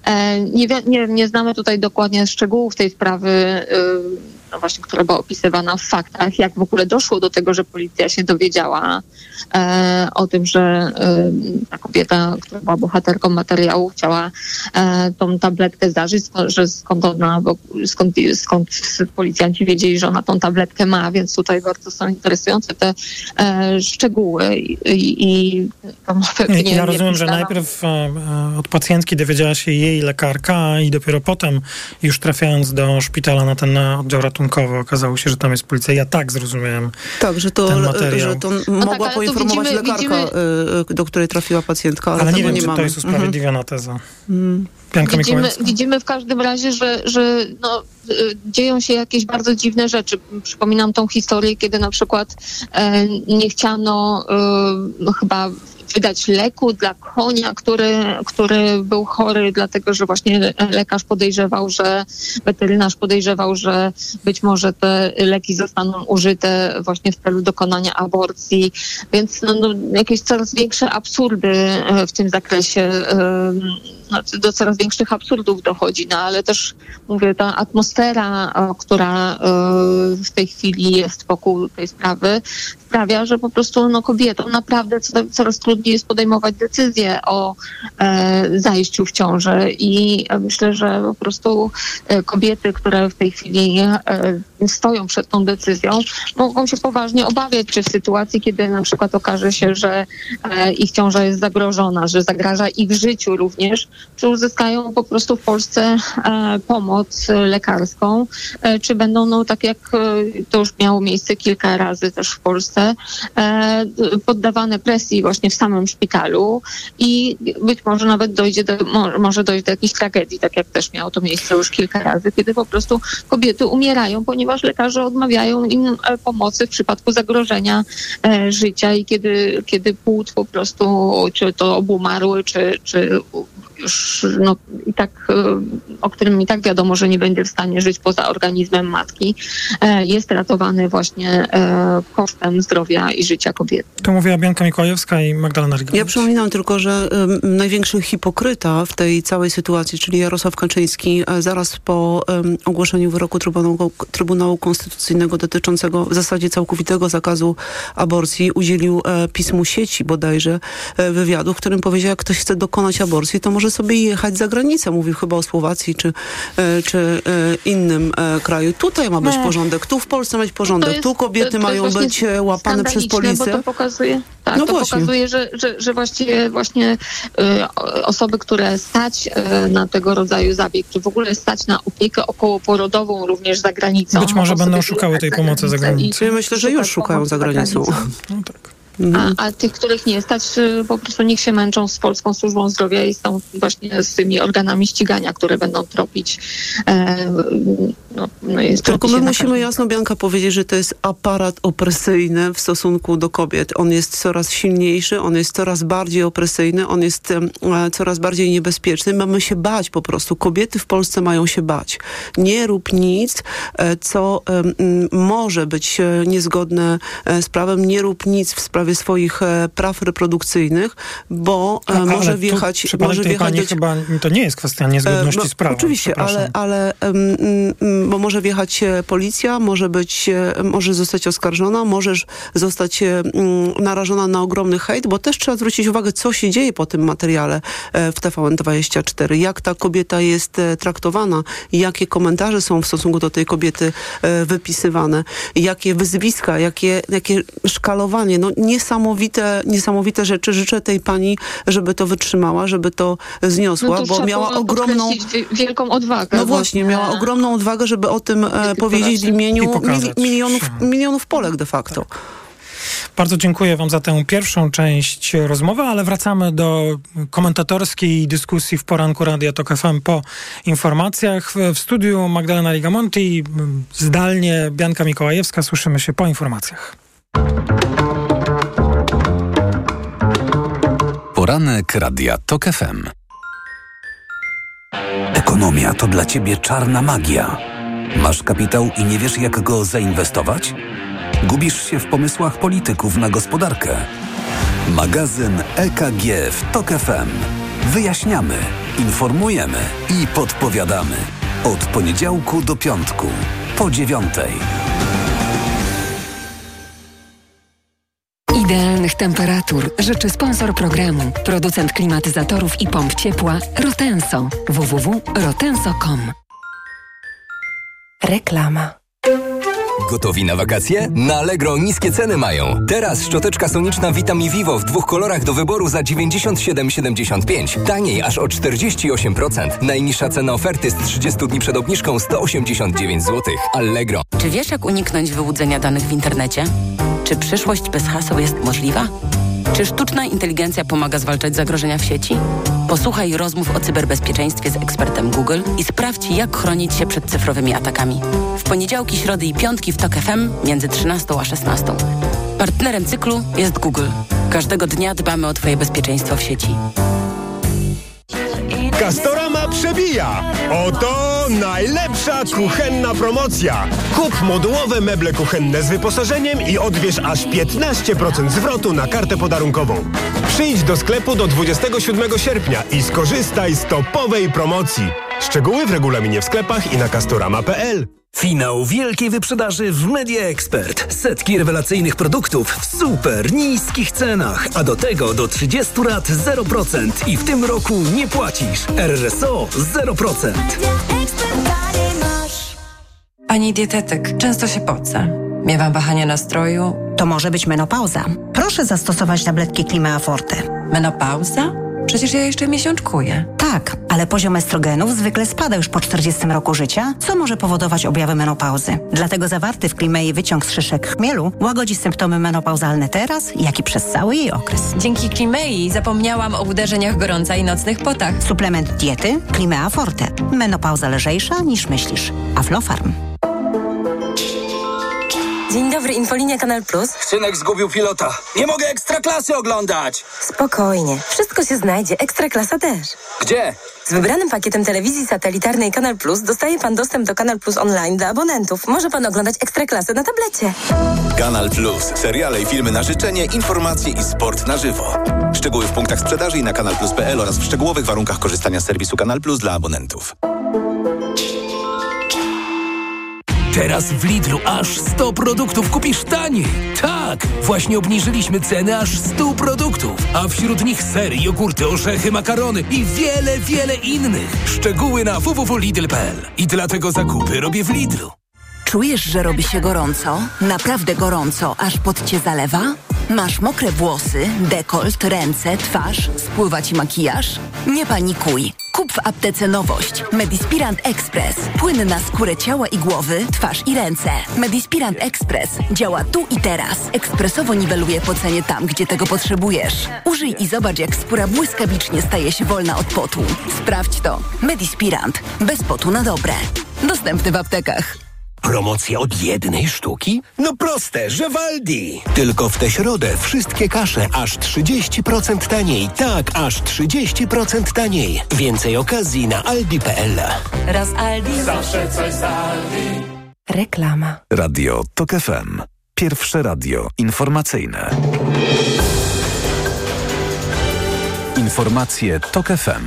Nie znamy tutaj dokładnie szczegółów tej sprawy, właśnie, która była opisywana w faktach, jak w ogóle doszło do tego, że policja się dowiedziała o tym, że ta kobieta, która była bohaterką materiału, chciała tą tabletkę zdarzyć, że skąd policjanci wiedzieli, że ona tą tabletkę ma, więc tutaj bardzo są interesujące te szczegóły i ja rozumiem, że najpierw od pacjentki dowiedziała się jej lekarka i dopiero potem, już trafiając do szpitala na ten oddział ratunkowy, okazało się, że tam jest policja. Ja tak zrozumiałem. Tak, że to mogła poinformować lekarka, do której trafiła pacjentka, ale nie wiem, czy to jest usprawiedliwiona teza. Widzimy w każdym razie, że dzieją się jakieś bardzo dziwne rzeczy. Przypominam tą historię, kiedy na przykład nie chciano chyba wydać leku dla konia, który był chory, dlatego że właśnie weterynarz podejrzewał, że być może te leki zostaną użyte właśnie w celu dokonania aborcji. Więc jakieś coraz większe absurdy w tym zakresie, do coraz większych absurdów dochodzi, ale też mówię, ta atmosfera, która w tej chwili jest wokół tej sprawy, sprawia, że po prostu kobietom naprawdę coraz trudniej trudniej jest podejmować decyzję o zajściu w ciążę i myślę, że po prostu kobiety, które w tej chwili stoją przed tą decyzją, mogą się poważnie obawiać, czy w sytuacji, kiedy na przykład okaże się, że ich ciąża jest zagrożona, że zagraża ich życiu również, czy uzyskają po prostu w Polsce pomoc lekarską, czy będą, tak jak to już miało miejsce kilka razy też w Polsce, poddawane presji właśnie w samym szpitalu i być może nawet może dojść do jakiejś tragedii, tak jak też miało to miejsce już kilka razy, kiedy po prostu kobiety umierają, ponieważ lekarze odmawiają im pomocy w przypadku zagrożenia życia i kiedy płód po prostu, czy to obumarły, czy już i tak, o którym i tak wiadomo, że nie będzie w stanie żyć poza organizmem matki, jest ratowany właśnie kosztem zdrowia i życia kobiety. To mówiła Bianka Mikołajewska i Magdalena Riga. Ja przypominam tylko, że największy hipokryta w tej całej sytuacji, czyli Jarosław Kaczyński, zaraz po ogłoszeniu wyroku Trybunału Konstytucyjnego dotyczącego w zasadzie całkowitego zakazu aborcji, udzielił pismu Sieci bodajże wywiadu, w którym powiedział, jak ktoś chce dokonać aborcji, to może sobie jechać za granicę. Mówił chyba o Słowacji czy innym kraju. Tutaj ma być porządek, tu w Polsce ma być porządek, tu kobiety mają być łapane przez policję. Bo to pokazuje, pokazuje, że właśnie osoby, które stać na tego rodzaju zabieg, czy w ogóle stać na opiekę okołoporodową również za granicą. Być może będą szukały tej pomocy za granicą. Ja myślę, że już szukają za granicą. No tak. A tych, których nie stać, po prostu niech się męczą z Polską Służbą Zdrowia i są właśnie z tymi organami ścigania, które będą tropić. Tylko my musimy jasno, Bianka, powiedzieć, że to jest aparat opresyjny w stosunku do kobiet. On jest coraz silniejszy, on jest coraz bardziej opresyjny, on jest coraz bardziej niebezpieczny. Mamy się bać po prostu. Kobiety w Polsce mają się bać. Nie rób nic, co może być niezgodne z prawem. Nie rób nic w sprawie swoich praw reprodukcyjnych, bo może wjechać... Pani chyba to nie jest kwestia niezgodności z prawem. Oczywiście, ale bo może wjechać policja, może zostać oskarżona, możesz zostać narażona na ogromny hejt, bo też trzeba zwrócić uwagę, co się dzieje po tym materiale w TVN24, jak ta kobieta jest traktowana, jakie komentarze są w stosunku do tej kobiety wypisywane, jakie wyzwiska, jakie szkalowanie. Niesamowite rzeczy. Życzę tej pani, żeby to wytrzymała, żeby to zniosła, bo miała ogromną... wielką odwagę. No właśnie, miała ogromną odwagę, żeby o tym powiedzieć w imieniu milionów Polek de facto. Tak. Bardzo dziękuję wam za tę pierwszą część rozmowy, ale wracamy do komentatorskiej dyskusji w poranku Radia Tok FM po informacjach. W studiu Magdalena Rigamonti, zdalnie Bianka Mikołajewska. Słyszymy się po informacjach. Poranek Radia Tok FM. Ekonomia to dla ciebie czarna magia. Masz kapitał i nie wiesz, jak go zainwestować? Gubisz się w pomysłach polityków na gospodarkę? Magazyn EKG w Tok FM. Wyjaśniamy, informujemy i podpowiadamy. Od poniedziałku do piątku, po 9:00. Idealnych temperatur życzy sponsor programu, producent klimatyzatorów i pomp ciepła Rotenso. www.rotenso.com. Reklama. Gotowi na wakacje? Na Allegro niskie ceny mają. Teraz szczoteczka soniczna Vitami Vivo w 2 kolorach do wyboru za 97,75. Taniej aż o 48%. Najniższa cena oferty z 30 dni przed obniżką 189 zł. Allegro. Czy wiesz, jak uniknąć wyłudzenia danych w internecie? Czy przyszłość bez haseł jest możliwa? Czy sztuczna inteligencja pomaga zwalczać zagrożenia w sieci? Posłuchaj rozmów o cyberbezpieczeństwie z ekspertem Google i sprawdź, jak chronić się przed cyfrowymi atakami. W poniedziałki, środy i piątki w Tok FM między 13 a 16. Partnerem cyklu jest Google. Każdego dnia dbamy o Twoje bezpieczeństwo w sieci. Castorama przebija! Oto najlepsza kuchenna promocja! Kup modułowe meble kuchenne z wyposażeniem i odbierz aż 15% zwrotu na kartę podarunkową. Przyjdź do sklepu do 27 sierpnia i skorzystaj z topowej promocji. Szczegóły w regulaminie w sklepach i na Castorama.pl. Finał wielkiej wyprzedaży w Media Expert. Setki rewelacyjnych produktów w super niskich cenach, a do tego do 30 lat 0% i w tym roku nie płacisz. RRSO 0%. Pani dietetyk, często się pocę. Miewam wahania nastroju. To może być menopauza. Proszę zastosować tabletki Climea Forte. Menopauza? Przecież ja jeszcze miesiączkuję. Tak, ale poziom estrogenów zwykle spada już po 40 roku życia, co może powodować objawy menopauzy. Dlatego zawarty w Climei wyciąg z szyszek chmielu łagodzi symptomy menopauzalne teraz, jak i przez cały jej okres. Dzięki Climei zapomniałam o uderzeniach gorąca i nocnych potach. Suplement diety Climea Forte. Menopauza lżejsza niż myślisz. Aflofarm. Dzień dobry, Infolinia Kanal Plus. Synek zgubił pilota. Nie mogę Ekstraklasy oglądać. Spokojnie, wszystko się znajdzie, Ekstraklasa też. Gdzie? Z wybranym pakietem telewizji satelitarnej Kanal Plus dostaje pan dostęp do Kanal Plus Online dla abonentów. Może pan oglądać Ekstraklasę na tablecie. Kanal Plus. Seriale i filmy na życzenie, informacje i sport na żywo. Szczegóły w punktach sprzedaży i na kanalplus.pl oraz w szczegółowych warunkach korzystania z serwisu Kanal Plus dla abonentów. Teraz w Lidlu aż 100 produktów kupisz taniej. Tak, właśnie obniżyliśmy ceny aż 100 produktów. A wśród nich sery, jogurty, orzechy, makarony i wiele innych. Szczegóły na www.lidl.pl. I dlatego zakupy robię w Lidlu. Czujesz, że robi się gorąco? Naprawdę gorąco, aż pot cię zalewa? Masz mokre włosy, dekolt, ręce, twarz, spływa ci makijaż? Nie panikuj. Kup w aptece nowość. Medispirant Express. Płyn na skórę ciała i głowy, twarz i ręce. Medispirant Express działa tu i teraz. Ekspresowo niweluje pocenie tam, gdzie tego potrzebujesz. Użyj i zobacz, jak skóra błyskawicznie staje się wolna od potu. Sprawdź to. Medispirant. Bez potu na dobre. Dostępny w aptekach. Promocja od 1 sztuki? No proste, Żewaldi. Tylko w tę środę wszystkie kasze aż 30% taniej. Tak, aż 30% taniej. Więcej okazji na aldi.pl. Raz Aldi. Zawsze coś z Aldi. Reklama. Radio TOK FM. Pierwsze radio informacyjne. Informacje TOK FM.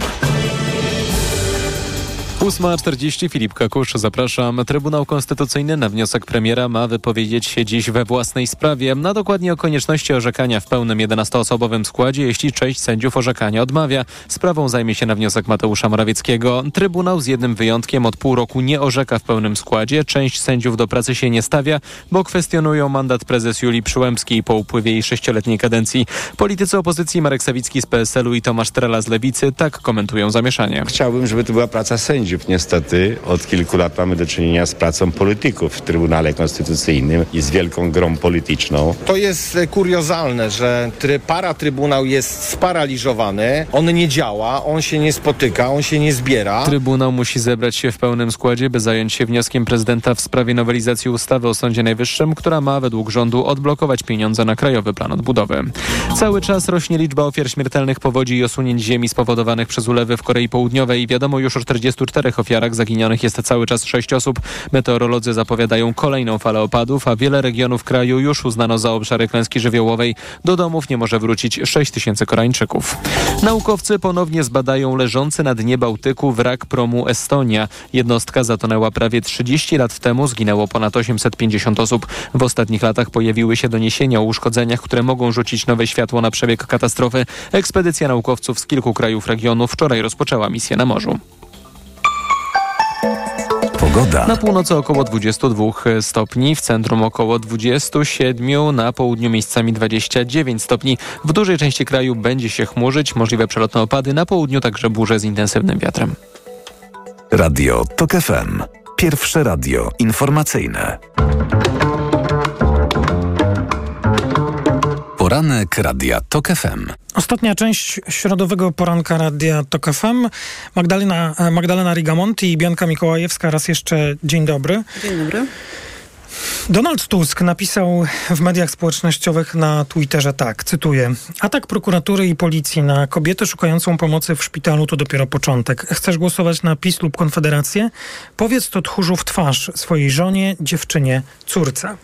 8:40, Filip Kakusz, zapraszam. Trybunał Konstytucyjny na wniosek premiera ma wypowiedzieć się dziś we własnej sprawie, a dokładnie o konieczności orzekania w pełnym 11-osobowym składzie, jeśli część sędziów orzekania odmawia. Sprawą zajmie się na wniosek Mateusza Morawieckiego. Trybunał z jednym wyjątkiem od pół roku nie orzeka w pełnym składzie. Część sędziów do pracy się nie stawia, bo kwestionują mandat prezes Julii Przyłębskiej po upływie jej 6-letniej kadencji. Politycy opozycji Marek Sawicki z PSL-u i Tomasz Trela z Lewicy tak komentują zamieszanie. Chciałbym, żeby to była praca sędziów. Niestety od kilku lat mamy do czynienia z pracą polityków w Trybunale Konstytucyjnym i z wielką grą polityczną. To jest kuriozalne, że paratrybunał jest sparaliżowany, on nie działa, on się nie spotyka, on się nie zbiera. Trybunał musi zebrać się w pełnym składzie, by zająć się wnioskiem prezydenta w sprawie nowelizacji ustawy o Sądzie Najwyższym, która ma według rządu odblokować pieniądze na Krajowy Plan Odbudowy. Cały czas rośnie liczba ofiar śmiertelnych powodzi i osunięć ziemi spowodowanych przez ulewy w Korei Południowej. Wiadomo już o 44 ofiarach, zaginionych jest cały czas 6 osób. Meteorolodzy zapowiadają kolejną falę opadów, a wiele regionów kraju już uznano za obszary klęski żywiołowej. Do domów nie może wrócić 6 000 Koreańczyków. Naukowcy ponownie zbadają leżący na dnie Bałtyku wrak promu Estonia. Jednostka zatonęła prawie 30 lat temu, zginęło ponad 850 osób. W ostatnich latach pojawiły się doniesienia o uszkodzeniach, które mogą rzucić nowe światło na przebieg katastrofy. Ekspedycja naukowców z kilku krajów regionu wczoraj rozpoczęła misję na morzu. Pogoda. Na północy około 22 stopni, w centrum około 27, na południu miejscami 29 stopni. W dużej części kraju będzie się chmurzyć, możliwe przelotne opady, na południu także burze z intensywnym wiatrem. Radio TOK FM. Pierwsze radio informacyjne. Poranek Radia TOK FM. Ostatnia część środowego poranka Radia TOK FM. Magdalena Rigamonti i Bianka Mikołajewska. Raz jeszcze dzień dobry. Dzień dobry. Donald Tusk napisał w mediach społecznościowych na Twitterze tak, cytuję: atak prokuratury i policji na kobietę szukającą pomocy w szpitalu to dopiero początek. Chcesz głosować na PiS lub Konfederację? Powiedz to tchórzu w twarz swojej żonie, dziewczynie, córce.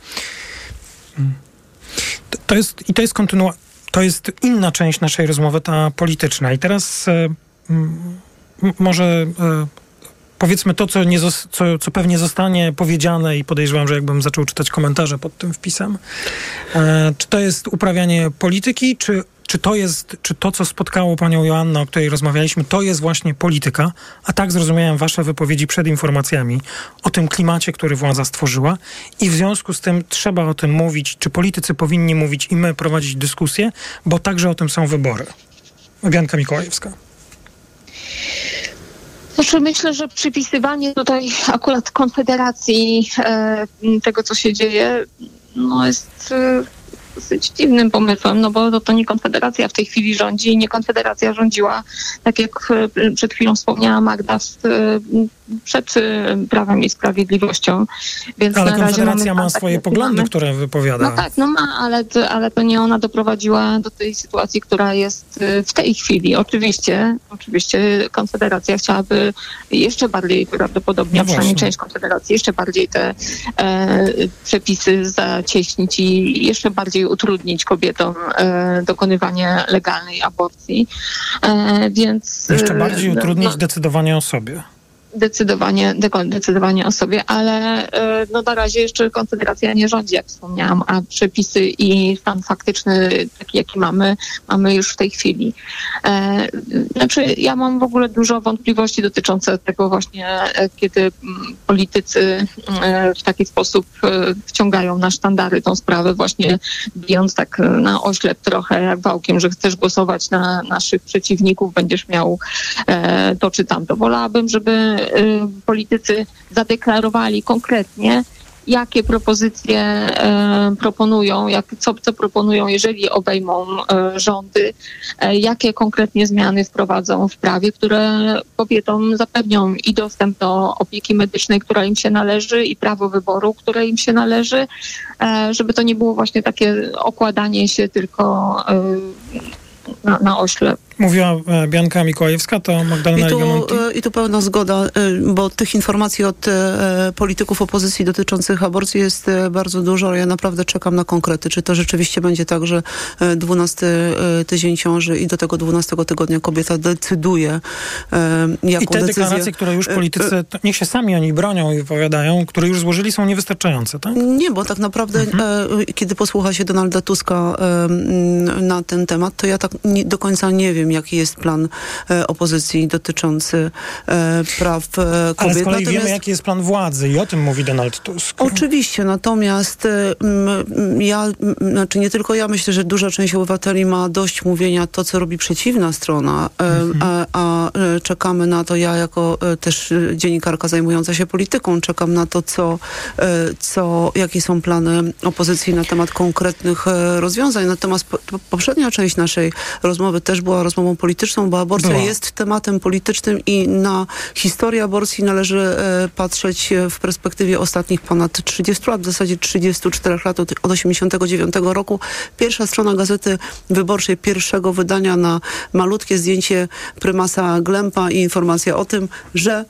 To jest inna część naszej rozmowy, ta polityczna. I teraz może powiedzmy to, co pewnie zostanie powiedziane i podejrzewam, że jakbym zaczął czytać komentarze pod tym wpisem. Czy to jest uprawianie polityki, czy to, co spotkało panią Joannę, o której rozmawialiśmy, to jest właśnie polityka, a tak zrozumiałem wasze wypowiedzi przed informacjami o tym klimacie, który władza stworzyła i w związku z tym trzeba o tym mówić, czy politycy powinni mówić i my prowadzić dyskusję, bo także o tym są wybory. Bianka Mikołajewska. Znaczy, myślę, że przypisywanie tutaj akurat Konfederacji tego, co się dzieje, jest dosyć dziwnym pomysłem, no bo to nie Konfederacja w tej chwili rządzi i nie Konfederacja rządziła, tak jak przed chwilą wspomniała Magda, przed Prawem i Sprawiedliwością. Więc ale na razie Konfederacja ma swoje poglądy, które wypowiada. No tak, ma, ale to nie ona doprowadziła do tej sytuacji, która jest w tej chwili. Oczywiście Konfederacja chciałaby jeszcze bardziej, prawdopodobnie, przynajmniej część Konfederacji, jeszcze bardziej te przepisy zacieśnić i jeszcze bardziej utrudnić kobietom dokonywanie legalnej aborcji. Więc jeszcze bardziej utrudnić decydowanie o sobie. Decydowanie o sobie, ale na razie jeszcze Konfederacja nie rządzi, jak wspomniałam, a przepisy i stan faktyczny, taki jaki mamy już w tej chwili. Ja mam w ogóle dużo wątpliwości dotyczące tego właśnie, kiedy politycy w taki sposób wciągają na sztandary tą sprawę, właśnie bijąc tak na oślep trochę jak wałkiem, że chcesz głosować na naszych przeciwników, będziesz miał to czy tamto. Wolałabym, żeby politycy zadeklarowali konkretnie, jakie propozycje proponują, co proponują, jeżeli obejmą rządy, jakie konkretnie zmiany wprowadzą w prawie, które kobietom zapewnią i dostęp do opieki medycznej, która im się należy, i prawo wyboru, które im się należy, żeby to nie było właśnie takie okładanie się tylko na oślep. Mówiła Bianka Mikołajewska, to Magdalena Igomonti. I tu pełna zgoda, bo tych informacji od polityków opozycji dotyczących aborcji jest bardzo dużo. Ja naprawdę czekam na konkrety. Czy to rzeczywiście będzie tak, że 12 tydzień ciąży i do tego 12 tygodnia kobieta decyduje, jaką I te decyzję... deklaracje, które już politycy, niech się sami oni bronią i wypowiadają, które już złożyli, są niewystarczające, tak? Nie, bo tak naprawdę, kiedy posłucha się Donalda Tuska na ten temat, to ja tak do końca nie wiem, jaki jest plan opozycji dotyczący praw kobiet. Ale z kolei wiemy, jaki jest plan władzy i o tym mówi Donald Tusk. Oczywiście, natomiast nie tylko ja, myślę, że duża część obywateli ma dość mówienia to, co robi przeciwna strona, a czekamy na to, ja jako też dziennikarka zajmująca się polityką, czekam na to, jakie są plany opozycji na temat konkretnych rozwiązań. Natomiast poprzednia część naszej rozmowy też była rozmową polityczną, bo aborcja jest tematem politycznym i na historię aborcji należy patrzeć w perspektywie ostatnich ponad 30 lat, w zasadzie 34 lat od 89 roku. Pierwsza strona Gazety Wyborczej, pierwszego wydania, na malutkie zdjęcie prymasa Glempa i informacja o tym, że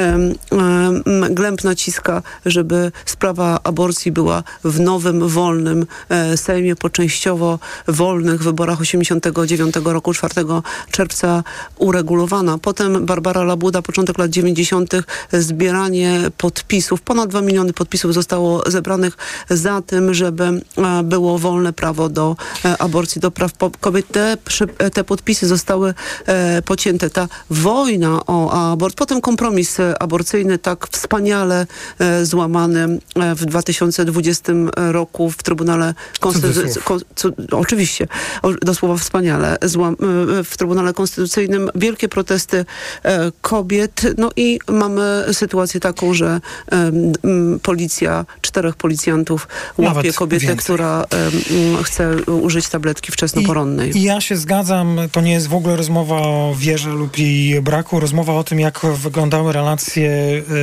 Glemp naciska, żeby sprawa aborcji była w nowym, wolnym Sejmie po częściowo wolnych wyborach 89 roku, 4 czerwca uregulowana. Potem Barbara Labuda, początek lat 90. zbieranie podpisów. Ponad 2 miliony podpisów zostało zebranych za tym, żeby było wolne prawo do aborcji, do praw kobiet. Te podpisy zostały pocięte. Ta wojna o abort, potem kompromis aborcyjny, tak wspaniale złamany w 2020 roku w Trybunale Konstytucyjnym. Oczywiście, do słowa wspaniale. W Trybunale Konstytucyjnym wielkie protesty kobiet. No i mamy sytuację taką, że policja, 4 policjantów łapie kobietę, która chce użyć tabletki wczesnoporonnej. I ja się zgadzam, to nie jest w ogóle rozmowa o wierze lub jej braku, rozmowa o tym, jak wyglądały relacje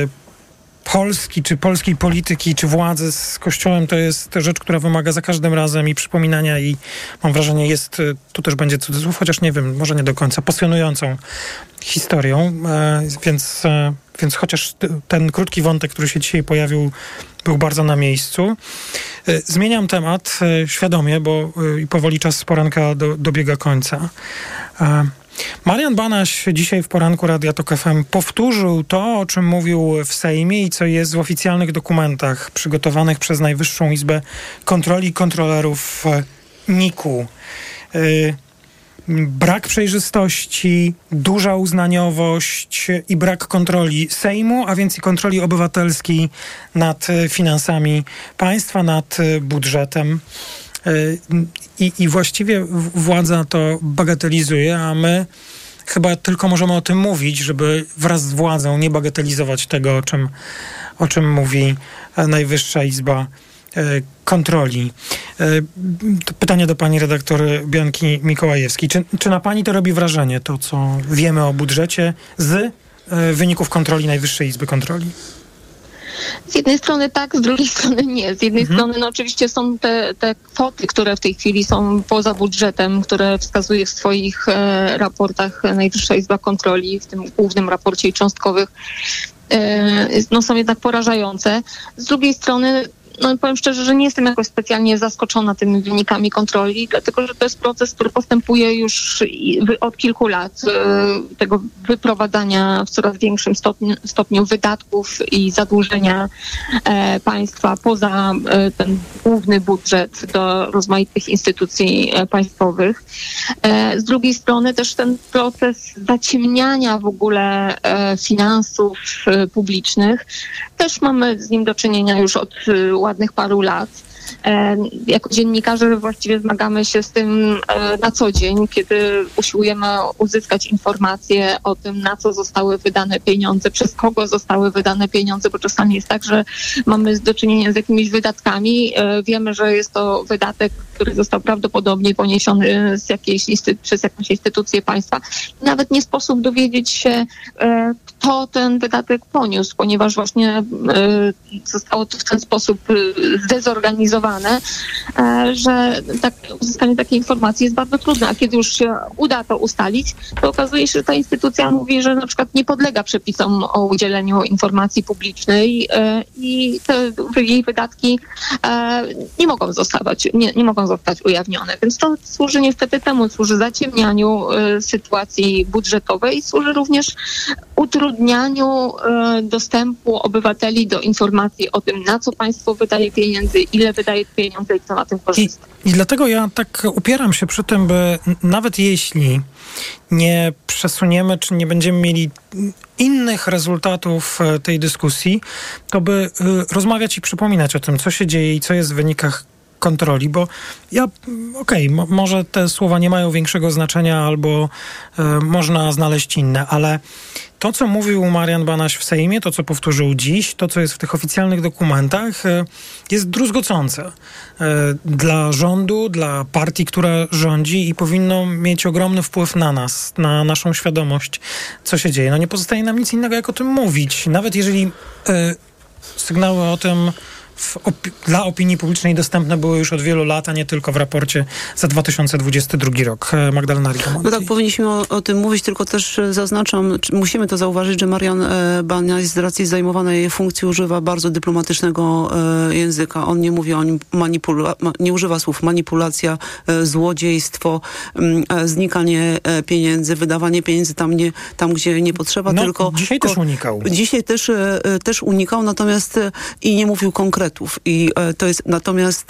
Polski, czy polskiej polityki, czy władzy z Kościołem, to jest rzecz, która wymaga za każdym razem i przypominania, i mam wrażenie, jest, tu też będzie cudzysłów, chociaż nie wiem, może nie do końca, pasjonującą historią, więc chociaż ten krótki wątek, który się dzisiaj pojawił, był bardzo na miejscu. Zmieniam temat świadomie, bo powoli czas poranka dobiega końca. Marian Banaś dzisiaj w poranku Radia Tok FM powtórzył to, o czym mówił w Sejmie i co jest w oficjalnych dokumentach przygotowanych przez Najwyższą Izbę Kontroli i kontrolerów NIK-u. Brak przejrzystości, duża uznaniowość i brak kontroli Sejmu, a więc i kontroli obywatelskiej nad finansami państwa, nad budżetem. I właściwie władza to bagatelizuje, a my chyba tylko możemy o tym mówić, żeby wraz z władzą nie bagatelizować tego, o czym mówi Najwyższa Izba Kontroli. To pytanie do pani redaktor Bianki Mikołajewskiej. Czy na pani to robi wrażenie, to co wiemy o budżecie z wyników kontroli Najwyższej Izby Kontroli? Z jednej strony tak, z drugiej strony nie. Z jednej strony oczywiście są te kwoty, które w tej chwili są poza budżetem, które wskazuje w swoich raportach Najwyższa Izba Kontroli, w tym głównym raporcie i cząstkowych, są jednak porażające. Z drugiej strony powiem szczerze, że nie jestem jakoś specjalnie zaskoczona tymi wynikami kontroli, dlatego że to jest proces, który postępuje już od kilku lat, tego wyprowadzania w coraz większym stopniu wydatków i zadłużenia państwa poza ten główny budżet do rozmaitych instytucji państwowych. Z drugiej strony też ten proces zaciemniania w ogóle finansów publicznych, też mamy z nim do czynienia już od ładnych paru lat. Jako dziennikarze właściwie zmagamy się z tym na co dzień, kiedy usiłujemy uzyskać informacje o tym, na co zostały wydane pieniądze, przez kogo zostały wydane pieniądze, bo czasami jest tak, że mamy do czynienia z jakimiś wydatkami. Wiemy, że jest to wydatek, który został prawdopodobnie poniesiony przez jakąś instytucję państwa. Nawet nie sposób dowiedzieć się, kto ten wydatek poniósł, ponieważ właśnie zostało to w ten sposób zdezorganizowane, że uzyskanie takiej informacji jest bardzo trudne. A kiedy już się uda to ustalić, to okazuje się, że ta instytucja mówi, że na przykład nie podlega przepisom o udzieleniu informacji publicznej i te jej wydatki nie mogą zostać ujawnione. Więc to służy niestety temu, służy zaciemnianiu sytuacji budżetowej, służy również utrudnianiu dostępu obywateli do informacji o tym, na co państwo wydaje pieniędzy, ile wydaje pieniądze i kto na tym korzysta. I dlatego ja tak upieram się przy tym, by nawet jeśli nie przesuniemy, czy nie będziemy mieli innych rezultatów tej dyskusji, to by rozmawiać i przypominać o tym, co się dzieje i co jest w wynikach kontroli, bo może te słowa nie mają większego znaczenia albo można znaleźć inne, ale to, co mówił Marian Banaś w Sejmie, to, co powtórzył dziś, to, co jest w tych oficjalnych dokumentach, jest druzgocące dla rządu, dla partii, która rządzi i powinno mieć ogromny wpływ na nas, na naszą świadomość, co się dzieje. Nie pozostaje nam nic innego, jak o tym mówić. Nawet jeżeli sygnały o tym dla opinii publicznej dostępne były już od wielu lat, a nie tylko w raporcie za 2022 rok. Magdalena Rigomonti. Tak, powinniśmy o tym mówić, tylko też zaznaczam, musimy to zauważyć, że Marian Banaś z racji zajmowanej funkcji używa bardzo dyplomatycznego języka. On nie mówi o nie używa słów manipulacja, złodziejstwo, znikanie pieniędzy, wydawanie pieniędzy tam gdzie nie potrzeba, tylko... Dzisiaj też unikał. Dzisiaj też unikał, natomiast i nie mówił konkretnie. I to jest, natomiast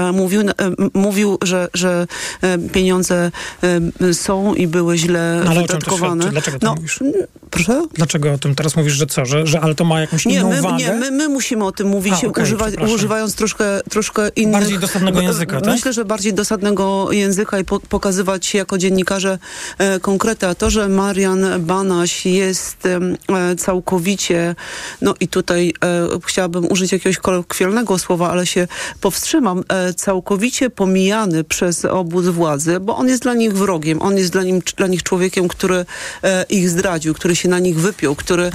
mówił, że pieniądze są i były źle wydatkowane. Dlaczego to mówisz? Proszę? Dlaczego o tym teraz mówisz, że co? Że ale to ma jakąś inną wagę? My musimy o tym mówić, używając troszkę innych... Bardziej dosadnego języka, tak? Myślę, że bardziej dosadnego języka i pokazywać jako dziennikarze konkrety. A to, że Marian Banaś jest całkowicie, i tutaj chciałabym użyć jakiegoś kolokwialnego słowa, ale się powstrzymam, całkowicie pomijany przez obóz władzy, bo on jest dla nich wrogiem, on jest dla nich człowiekiem, który ich zdradził, który się na nich wypiął,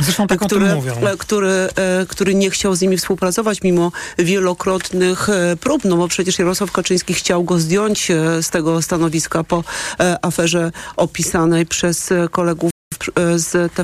który nie chciał z nimi współpracować mimo wielokrotnych prób, bo przecież Jarosław Kaczyński chciał go zdjąć z tego stanowiska po aferze opisanej przez kolegów z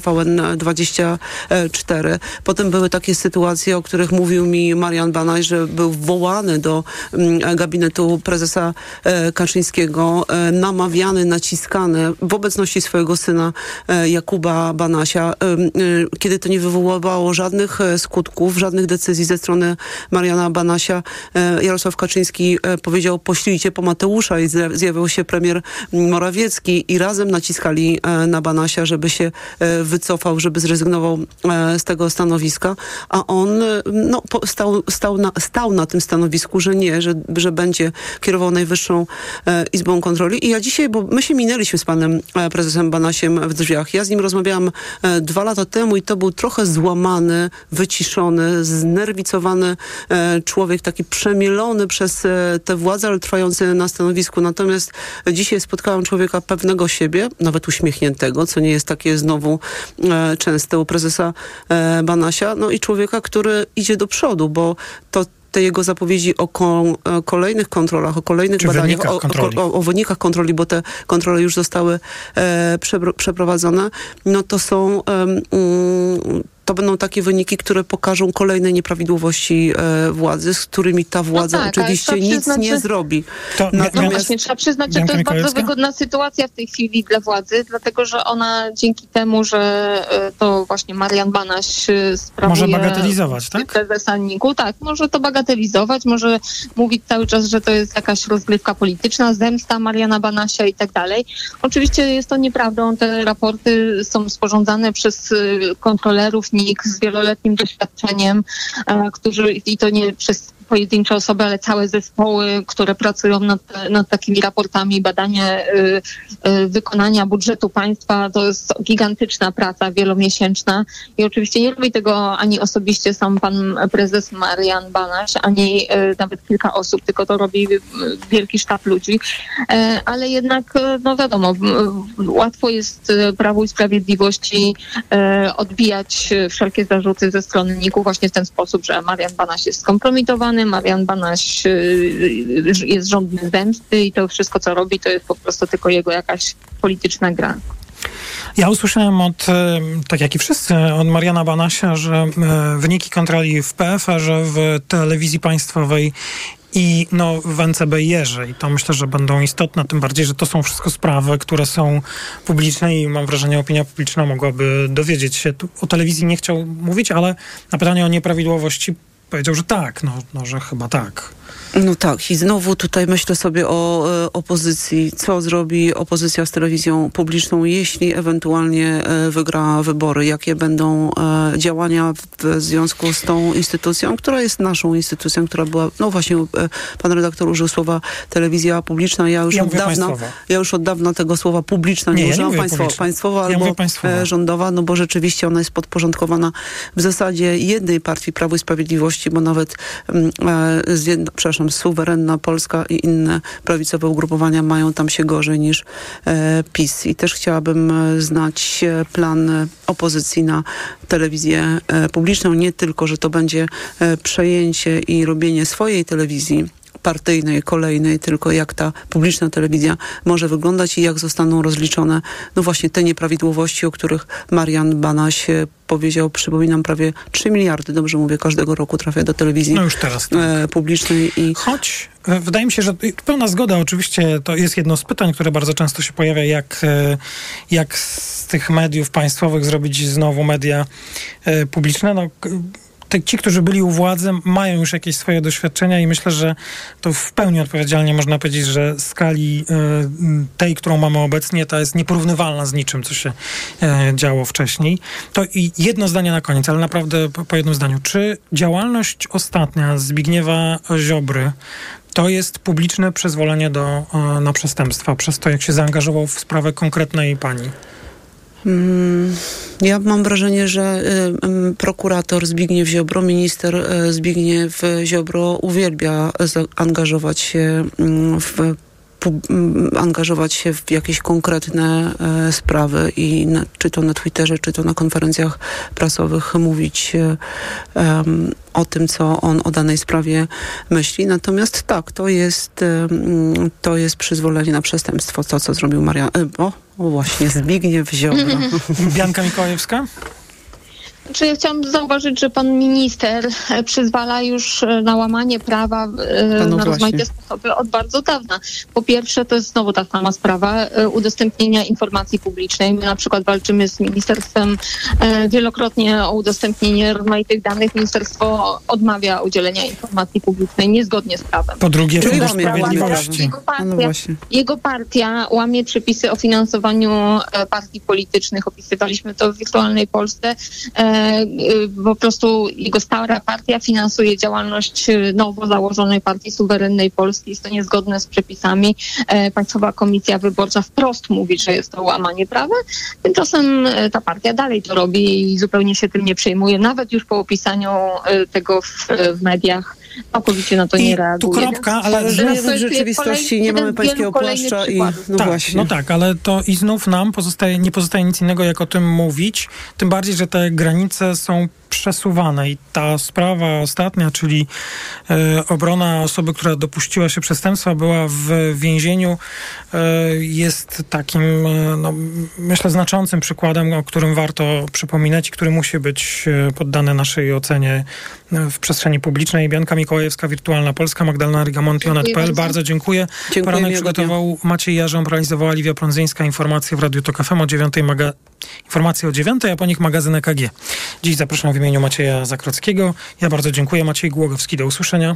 TVN24. Potem były takie sytuacje, o których mówił mi Marian Banaś, że był wołany do gabinetu prezesa Kaczyńskiego, namawiany, naciskany w obecności swojego syna Jakuba Banasia, kiedy to nie wywoływało żadnych skutków, żadnych decyzji ze strony Mariana Banasia. Jarosław Kaczyński powiedział: poślijcie po Mateusza, i zjawił się premier Morawiecki i razem naciskali na Banasia, żeby się wycofał, żeby zrezygnował z tego stanowiska, a on stał na tym stanowisku, że nie, że będzie kierował Najwyższą Izbą Kontroli. I ja dzisiaj, bo my się minęliśmy z panem prezesem Banasiem w drzwiach. Ja z nim rozmawiałam 2 lata temu i to był trochę złamany, wyciszony, znerwicowany człowiek, taki przemielony przez tę władzę, ale trwający na stanowisku. Natomiast dzisiaj spotkałam człowieka pewnego siebie, nawet uśmiechniętego, co nie jest takie znowu częste u prezesa Banasia. No i człowieka, który idzie do przodu, bo te jego zapowiedzi o kolejnych kontrolach, o kolejnych badaniach, o wynikach kontroli, bo te kontrole już zostały przeprowadzone, no to są... to będą takie wyniki, które pokażą kolejne nieprawidłowości władzy, z którymi ta władza oczywiście nic nie zrobi. Właśnie, trzeba przyznać, że to jest bardzo wygodna sytuacja w tej chwili dla władzy, dlatego że ona dzięki temu, że to właśnie Marian Banaś sprawuje... Może bagatelizować, tak? Prezesa NIK-u, tak, może to bagatelizować, może mówić cały czas, że to jest jakaś rozgrywka polityczna, zemsta Mariana Banasia i tak dalej. Oczywiście jest to nieprawdą. Te raporty są sporządzane przez kontrolerów NIK z wieloletnim doświadczeniem, którzy, i to nie przez pojedyncze osoby, ale całe zespoły, które pracują nad takimi raportami, badanie wykonania budżetu państwa, to jest gigantyczna praca wielomiesięczna i oczywiście nie robi tego ani osobiście sam pan prezes Marian Banaś, ani nawet kilka osób, tylko to robi wielki sztab ludzi, ale jednak, no wiadomo, łatwo jest Prawu i Sprawiedliwości odbijać wszelkie zarzuty ze strony NIK-u właśnie w ten sposób, że Marian Banaś jest skompromitowany, Marian Banaś jest żądny zemsty i to wszystko, co robi, to jest po prostu tylko jego jakaś polityczna gra. Ja usłyszałem tak jak i wszyscy, od Mariana Banasia, że wyniki kontroli w PFR-ze, w telewizji państwowej i w NCBR-ze. I to myślę, że będą istotne, tym bardziej, że to są wszystko sprawy, które są publiczne i mam wrażenie, opinia publiczna mogłaby dowiedzieć się. Tu o telewizji nie chciał mówić, ale na pytanie o nieprawidłowości powiedział, że tak, że chyba tak. No tak, i znowu tutaj myślę sobie o opozycji. Co zrobi opozycja z telewizją publiczną, jeśli ewentualnie wygra wybory? Jakie będą działania w związku z tą instytucją, która jest naszą instytucją, która była, właśnie pan redaktor użył słowa telewizja publiczna. Ja już od dawna tego słowa publiczna nie używam. Państwowa albo rządowa, bo rzeczywiście ona jest podporządkowana w zasadzie jednej partii, Prawo i Sprawiedliwości, bo nawet Suwerenna Polska i inne prawicowe ugrupowania mają tam się gorzej niż PiS. I też chciałabym znać plan opozycji na telewizję publiczną. Nie tylko, że to będzie przejęcie i robienie swojej telewizji partyjnej, kolejnej, tylko jak ta publiczna telewizja może wyglądać i jak zostaną rozliczone właśnie te nieprawidłowości, o których Marian Banaś powiedział. Przypominam, prawie 3 miliardy, dobrze mówię, każdego roku trafia do telewizji już teraz publicznej. Choć wydaje mi się, że pełna zgoda, oczywiście to jest jedno z pytań, które bardzo często się pojawia, jak z tych mediów państwowych zrobić znowu media publiczne. Ci, którzy byli u władzy, mają już jakieś swoje doświadczenia i myślę, że to w pełni odpowiedzialnie można powiedzieć, że skali tej, którą mamy obecnie, ta jest nieporównywalna z niczym, co się działo wcześniej. To i jedno zdanie na koniec, ale naprawdę po jednym zdaniu. Czy działalność ostatnia Zbigniewa Ziobry to jest publiczne przyzwolenie na przestępstwa przez to, jak się zaangażował w sprawę konkretnej pani? Ja mam wrażenie, że prokurator Zbigniew Ziobro, minister Zbigniew Ziobro uwielbia zaangażować się w angażować się w jakieś konkretne sprawy i czy to na Twitterze, czy to na konferencjach prasowych mówić o tym, co on o danej sprawie myśli. Natomiast tak, to jest przyzwolenie na przestępstwo, to co zrobił właśnie Zbigniew Ziobro. Bianka Mikołajewska? Czy ja chciałam zauważyć, że pan minister przyzwala już na łamanie prawa na rozmaite sposoby od bardzo dawna. Po pierwsze, to jest znowu ta sama sprawa udostępnienia informacji publicznej. My na przykład walczymy z ministerstwem wielokrotnie o udostępnienie rozmaitych danych. Ministerstwo odmawia udzielenia informacji publicznej niezgodnie z prawem. Po drugie, Fundusz Sprawiedliwości. Jego partia łamie przepisy o finansowaniu partii politycznych. Opisywaliśmy to w Wirtualnej Polsce. Po prostu jego stara partia finansuje działalność nowo założonej Partii Suwerennej Polski. Jest to niezgodne z przepisami. Państwowa Komisja Wyborcza wprost mówi, że jest to łamanie prawa. Tymczasem ta partia dalej to robi i zupełnie się tym nie przejmuje. Nawet już po opisaniu tego w mediach całkowicie na to nie reaguje. Tu kropka, ale w rzeczywistości nie mamy pańskiego płaszcza i właśnie. No tak, ale to i znów nam nie pozostaje nic innego, jak o tym mówić. Tym bardziej, że te granice są przesuwane i ta sprawa ostatnia, czyli obrona osoby, która dopuściła się przestępstwa, była w więzieniu, jest takim, myślę, znaczącym przykładem, o którym warto przypominać i który musi być poddany naszej ocenie w przestrzeni publicznej. Bianka Mikołajewska, Wirtualna Polska, Magdalena Rigamonti, Onet.pl. Bardzo dziękuję. Poranek przygotował Maciej Jarząb, realizowała Liwia Prądzyńska. Informacje w Radiu Tok FM o 9:00. Informacje o 9:00, a po nich magazyn EKG. Dziś zapraszam w imieniu Macieja Zakrockiego. Ja bardzo dziękuję. Maciej Głogowski, do usłyszenia.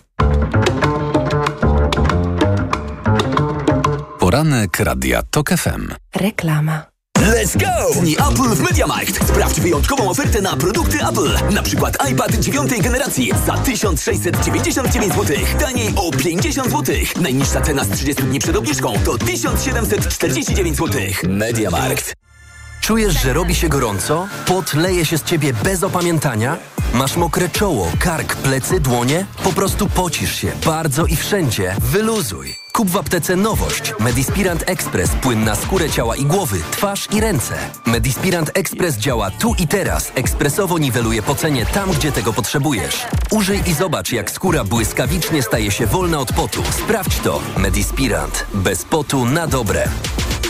Poranek Radia Tok FM. Reklama. Let's go! Dni Apple w MediaMarkt. Sprawdź wyjątkową ofertę na produkty Apple. Na przykład iPad 9. generacji za 1699 zł. Taniej o 50 zł. Najniższa cena z 30 dni przed obniżką to 1749 zł. MediaMarkt. Czujesz, że robi się gorąco? Pot leje się z ciebie bez opamiętania? Masz mokre czoło, kark, plecy, dłonie? Po prostu pocisz się bardzo i wszędzie. Wyluzuj. Kup w aptece nowość. Medispirant Express. Płyn na skórę ciała i głowy, twarz i ręce. Medispirant Express działa tu i teraz. Ekspresowo niweluje pocenie tam, gdzie tego potrzebujesz. Użyj i zobacz, jak skóra błyskawicznie staje się wolna od potu. Sprawdź to. Medispirant. Bez potu na dobre.